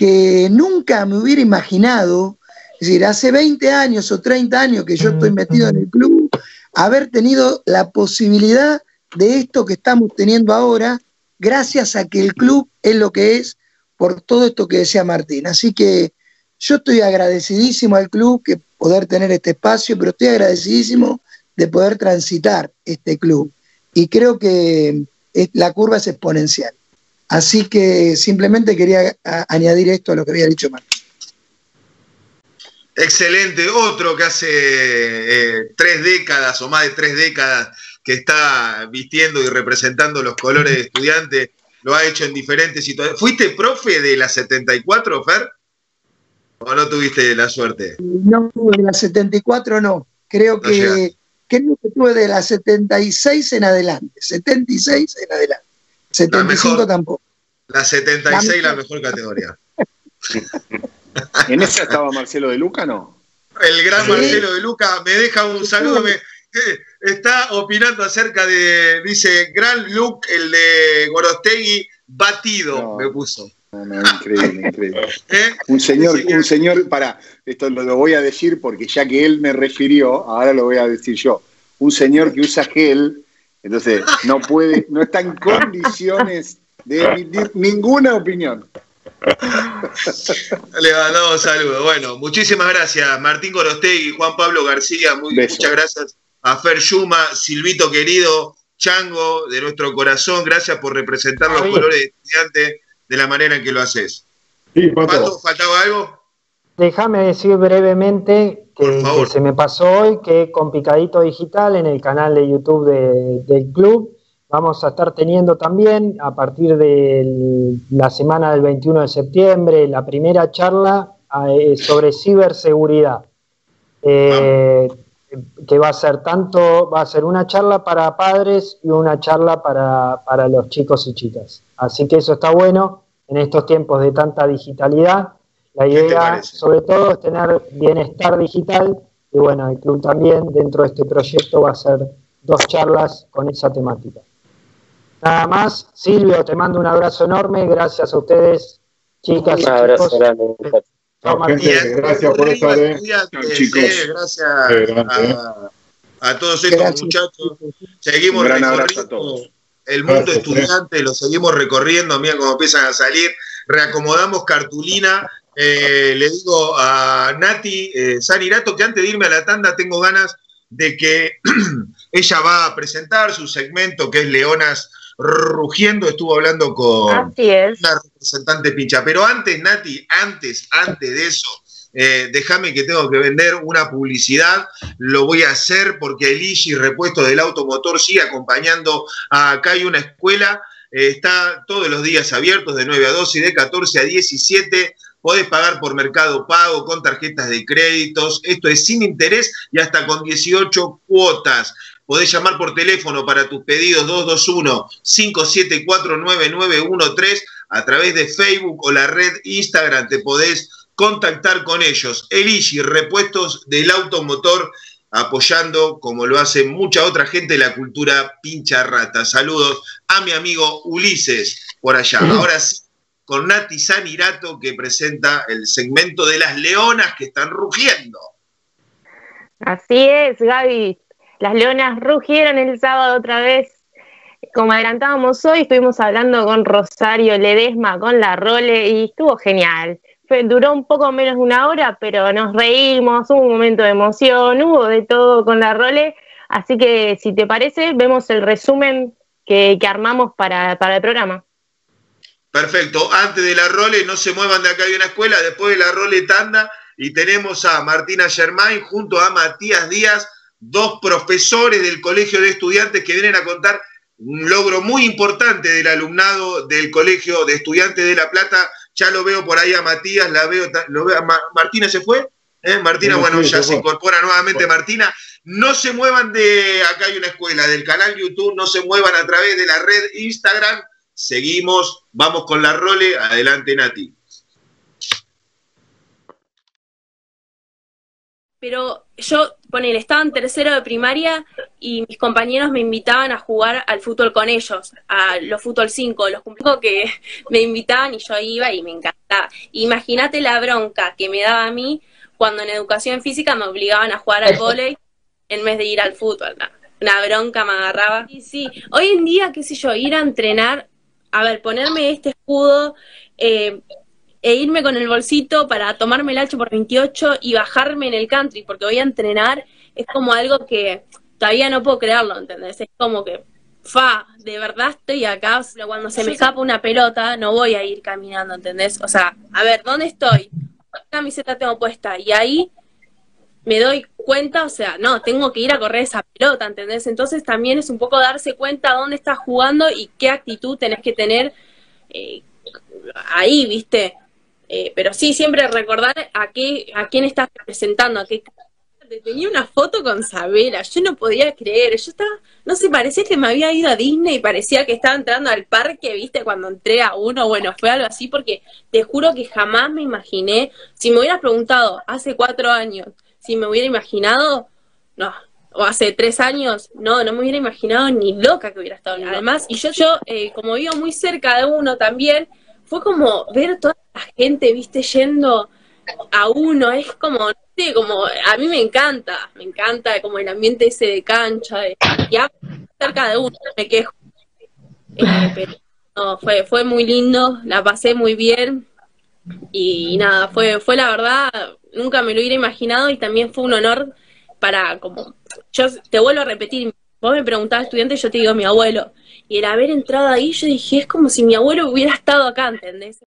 que nunca me hubiera imaginado, es decir, hace veinte años o treinta años que yo estoy metido en el club, haber tenido la posibilidad de esto que estamos teniendo ahora, gracias a que el club es lo que es, por todo esto que decía Martín. Así que yo estoy agradecidísimo al club que poder tener este espacio, pero estoy agradecidísimo de poder transitar este club. Y creo que la curva es exponencial. Así que simplemente quería a, añadir esto a lo que había dicho Martín. Excelente. Otro que hace eh, tres décadas o más de tres décadas que está vistiendo y representando los colores de Estudiantes, lo ha hecho en diferentes situaciones. ¿Fuiste profe de la setenta y cuatro, Fer? ¿O no tuviste la suerte? No, de la setenta y cuatro no. Creo No que, llegaste. creo que tuve de la setenta y seis en adelante. setenta y seis en adelante. setenta y cinco mejor. Tampoco. La setenta y seis, la mejor categoría. ¿En esa estaba Marcelo de Luca, no? El gran Sí. Marcelo de Luca me deja un saludo, me, eh, está opinando acerca de, dice, gran look, el de Gorostegui, batido, No. me puso. No, no, increíble, increíble. ¿Eh? Un señor, Dice que- un señor, para, esto lo, lo voy a decir porque ya que él me refirió, ahora lo voy a decir yo. Un señor que usa gel, entonces no puede, no está en condiciones de emitir ninguna opinión. Le mandamos saludos. Bueno, muchísimas gracias, Martín Gorostegui, Juan Pablo García, muy, Beso. muchas gracias a Fer Yuma, Silvito querido, Chango de nuestro corazón, gracias por representar los Bien. colores de Estudiantes de la manera en que lo haces. Sí, Pato. Pato, ¿faltaba algo? Déjame decir brevemente Por que, favor. que se me pasó hoy que con Picadito Digital en el canal de YouTube de- del club vamos a estar teniendo también a partir de la semana del veintiuno de septiembre la primera charla eh, sobre ciberseguridad. Eh, que va a ser tanto, va a ser una charla para padres y una charla para, para los chicos y chicas. Así que eso está bueno en estos tiempos de tanta digitalidad. La ¿Qué te idea, parece? sobre todo, es tener bienestar digital y bueno, el club también dentro de este proyecto va a hacer dos charlas con esa temática. Nada más, Silvio, te mando un abrazo enorme, gracias a ustedes, chicas y Un abrazo chicos. grande. Chao, Chao, Martín. Y gente. antes Gracias de por arriba, estar, eh. Estudiantes, Chao, chicos. eh, gracias Qué grande, a, a todos estos Gracias. muchachos. Seguimos Un gran abrazo a recorriendo todos. el mundo Gracias, estudiante, lo seguimos recorriendo, mira cómo empiezan a salir. Reacomodamos cartulina. Eh, le digo a Nati eh, Sanirato que antes de irme a la tanda tengo ganas de que ella va a presentar su segmento que es Leonas Rugiendo. Estuvo hablando con Así es. una representante pincha. Pero antes, Nati, antes, antes de eso, eh, déjame que tengo que vender una publicidad. Lo voy a hacer porque el I G I Repuesto del Automotor sigue acompañando a Acá Hay Una Escuela. Eh, está todos los días abiertos de nueve a doce y de catorce a diecisiete. Podés pagar por Mercado Pago, con tarjetas de créditos. Esto es sin interés y hasta con dieciocho cuotas. Podés llamar por teléfono para tus pedidos dos dos uno, cinco siete cuatro, nueve nueve uno tres. A través de Facebook o la red Instagram te podés contactar con ellos. El I G I Repuestos del Automotor, apoyando, como lo hace mucha otra gente, la cultura pincha rata. Saludos a mi amigo Ulises por allá. Ahora sí, con Nati Sanirato, que presenta el segmento de las leonas que están rugiendo. Así es, Gaby. Las leonas rugieron el sábado otra vez. Como adelantábamos hoy, estuvimos hablando con Rosario Ledesma, con la Role, y estuvo genial. Fue, duró un poco menos de una hora, pero nos reímos, hubo un momento de emoción, hubo de todo con la Role. Así que, si te parece, vemos el resumen que, que armamos para, para el programa. Perfecto. Antes de la Role, no se muevan de acá, hay una escuela. Después de la Role, tanda. Y tenemos a Martina Germain junto a Matías Díaz, dos profesores del Colegio de Estudiantes que vienen a contar un logro muy importante del alumnado del Colegio de Estudiantes de La Plata. Ya lo veo por ahí a Matías, la veo, lo veo a Ma- Martina se fue. ¿Eh? Martina, Sí, bueno, sí, ya se se fue. incorpora nuevamente Martina. No se muevan de acá hay una escuela, del canal YouTube, no se muevan a través de la red Instagram. Seguimos, vamos con la Role. Adelante, Nati. Pero yo, ponele, estaba en tercero de primaria y mis compañeros me invitaban a jugar al fútbol con ellos, a los fútbol cinco, los cumpleaños que me invitaban y yo iba y me encantaba. Imagínate la bronca que me daba a mí cuando en educación física me obligaban a jugar al vóley en vez de ir al fútbol. No, una bronca me agarraba. Y sí, hoy en día, qué sé yo, ir a entrenar, a ver, ponerme este escudo, eh, e irme con el bolsito para tomarme el ocho por veintiocho y bajarme en el country, porque voy a entrenar, es como algo que todavía no puedo creerlo, ¿entendés? Es como que, fa, de verdad estoy acá, pero cuando se me escapa una pelota, no voy a ir caminando, ¿entendés? O sea, a ver, ¿dónde estoy? ¿Qué camiseta tengo puesta? Y ahí me doy cuenta, o sea, no, tengo que ir a correr esa pelota, ¿entendés? Entonces también es un poco darse cuenta dónde estás jugando y qué actitud tenés que tener eh, ahí, ¿viste? Eh, pero sí, siempre recordar a qué, a quién estás representando, a qué. Tenía una foto con Sabela, yo no podía creer, yo estaba, no sé, parecía que me había ido a Disney, parecía que estaba entrando al parque, viste, cuando entré a uno, bueno, fue algo así, porque te juro que jamás me imaginé, si me hubieras preguntado hace cuatro años, si me hubiera imaginado, no, o hace tres años, no, no me hubiera imaginado ni loca que hubiera estado. Además, y yo, yo eh, como vivo muy cerca de uno también, fue como ver toda la gente, viste, yendo a uno, es como, no sé, como, a mí me encanta, me encanta como el ambiente ese de cancha, de, ya cerca de uno, me quejo. Eh, pero no, fue, fue muy lindo, la pasé muy bien, y, y nada, fue, fue la verdad, nunca me lo hubiera imaginado, y también fue un honor para, como, yo te vuelvo a repetir, vos me preguntabas estudiante, yo te digo mi abuelo, y el haber entrado ahí, yo dije, es como si mi abuelo hubiera estado acá, ¿entendés?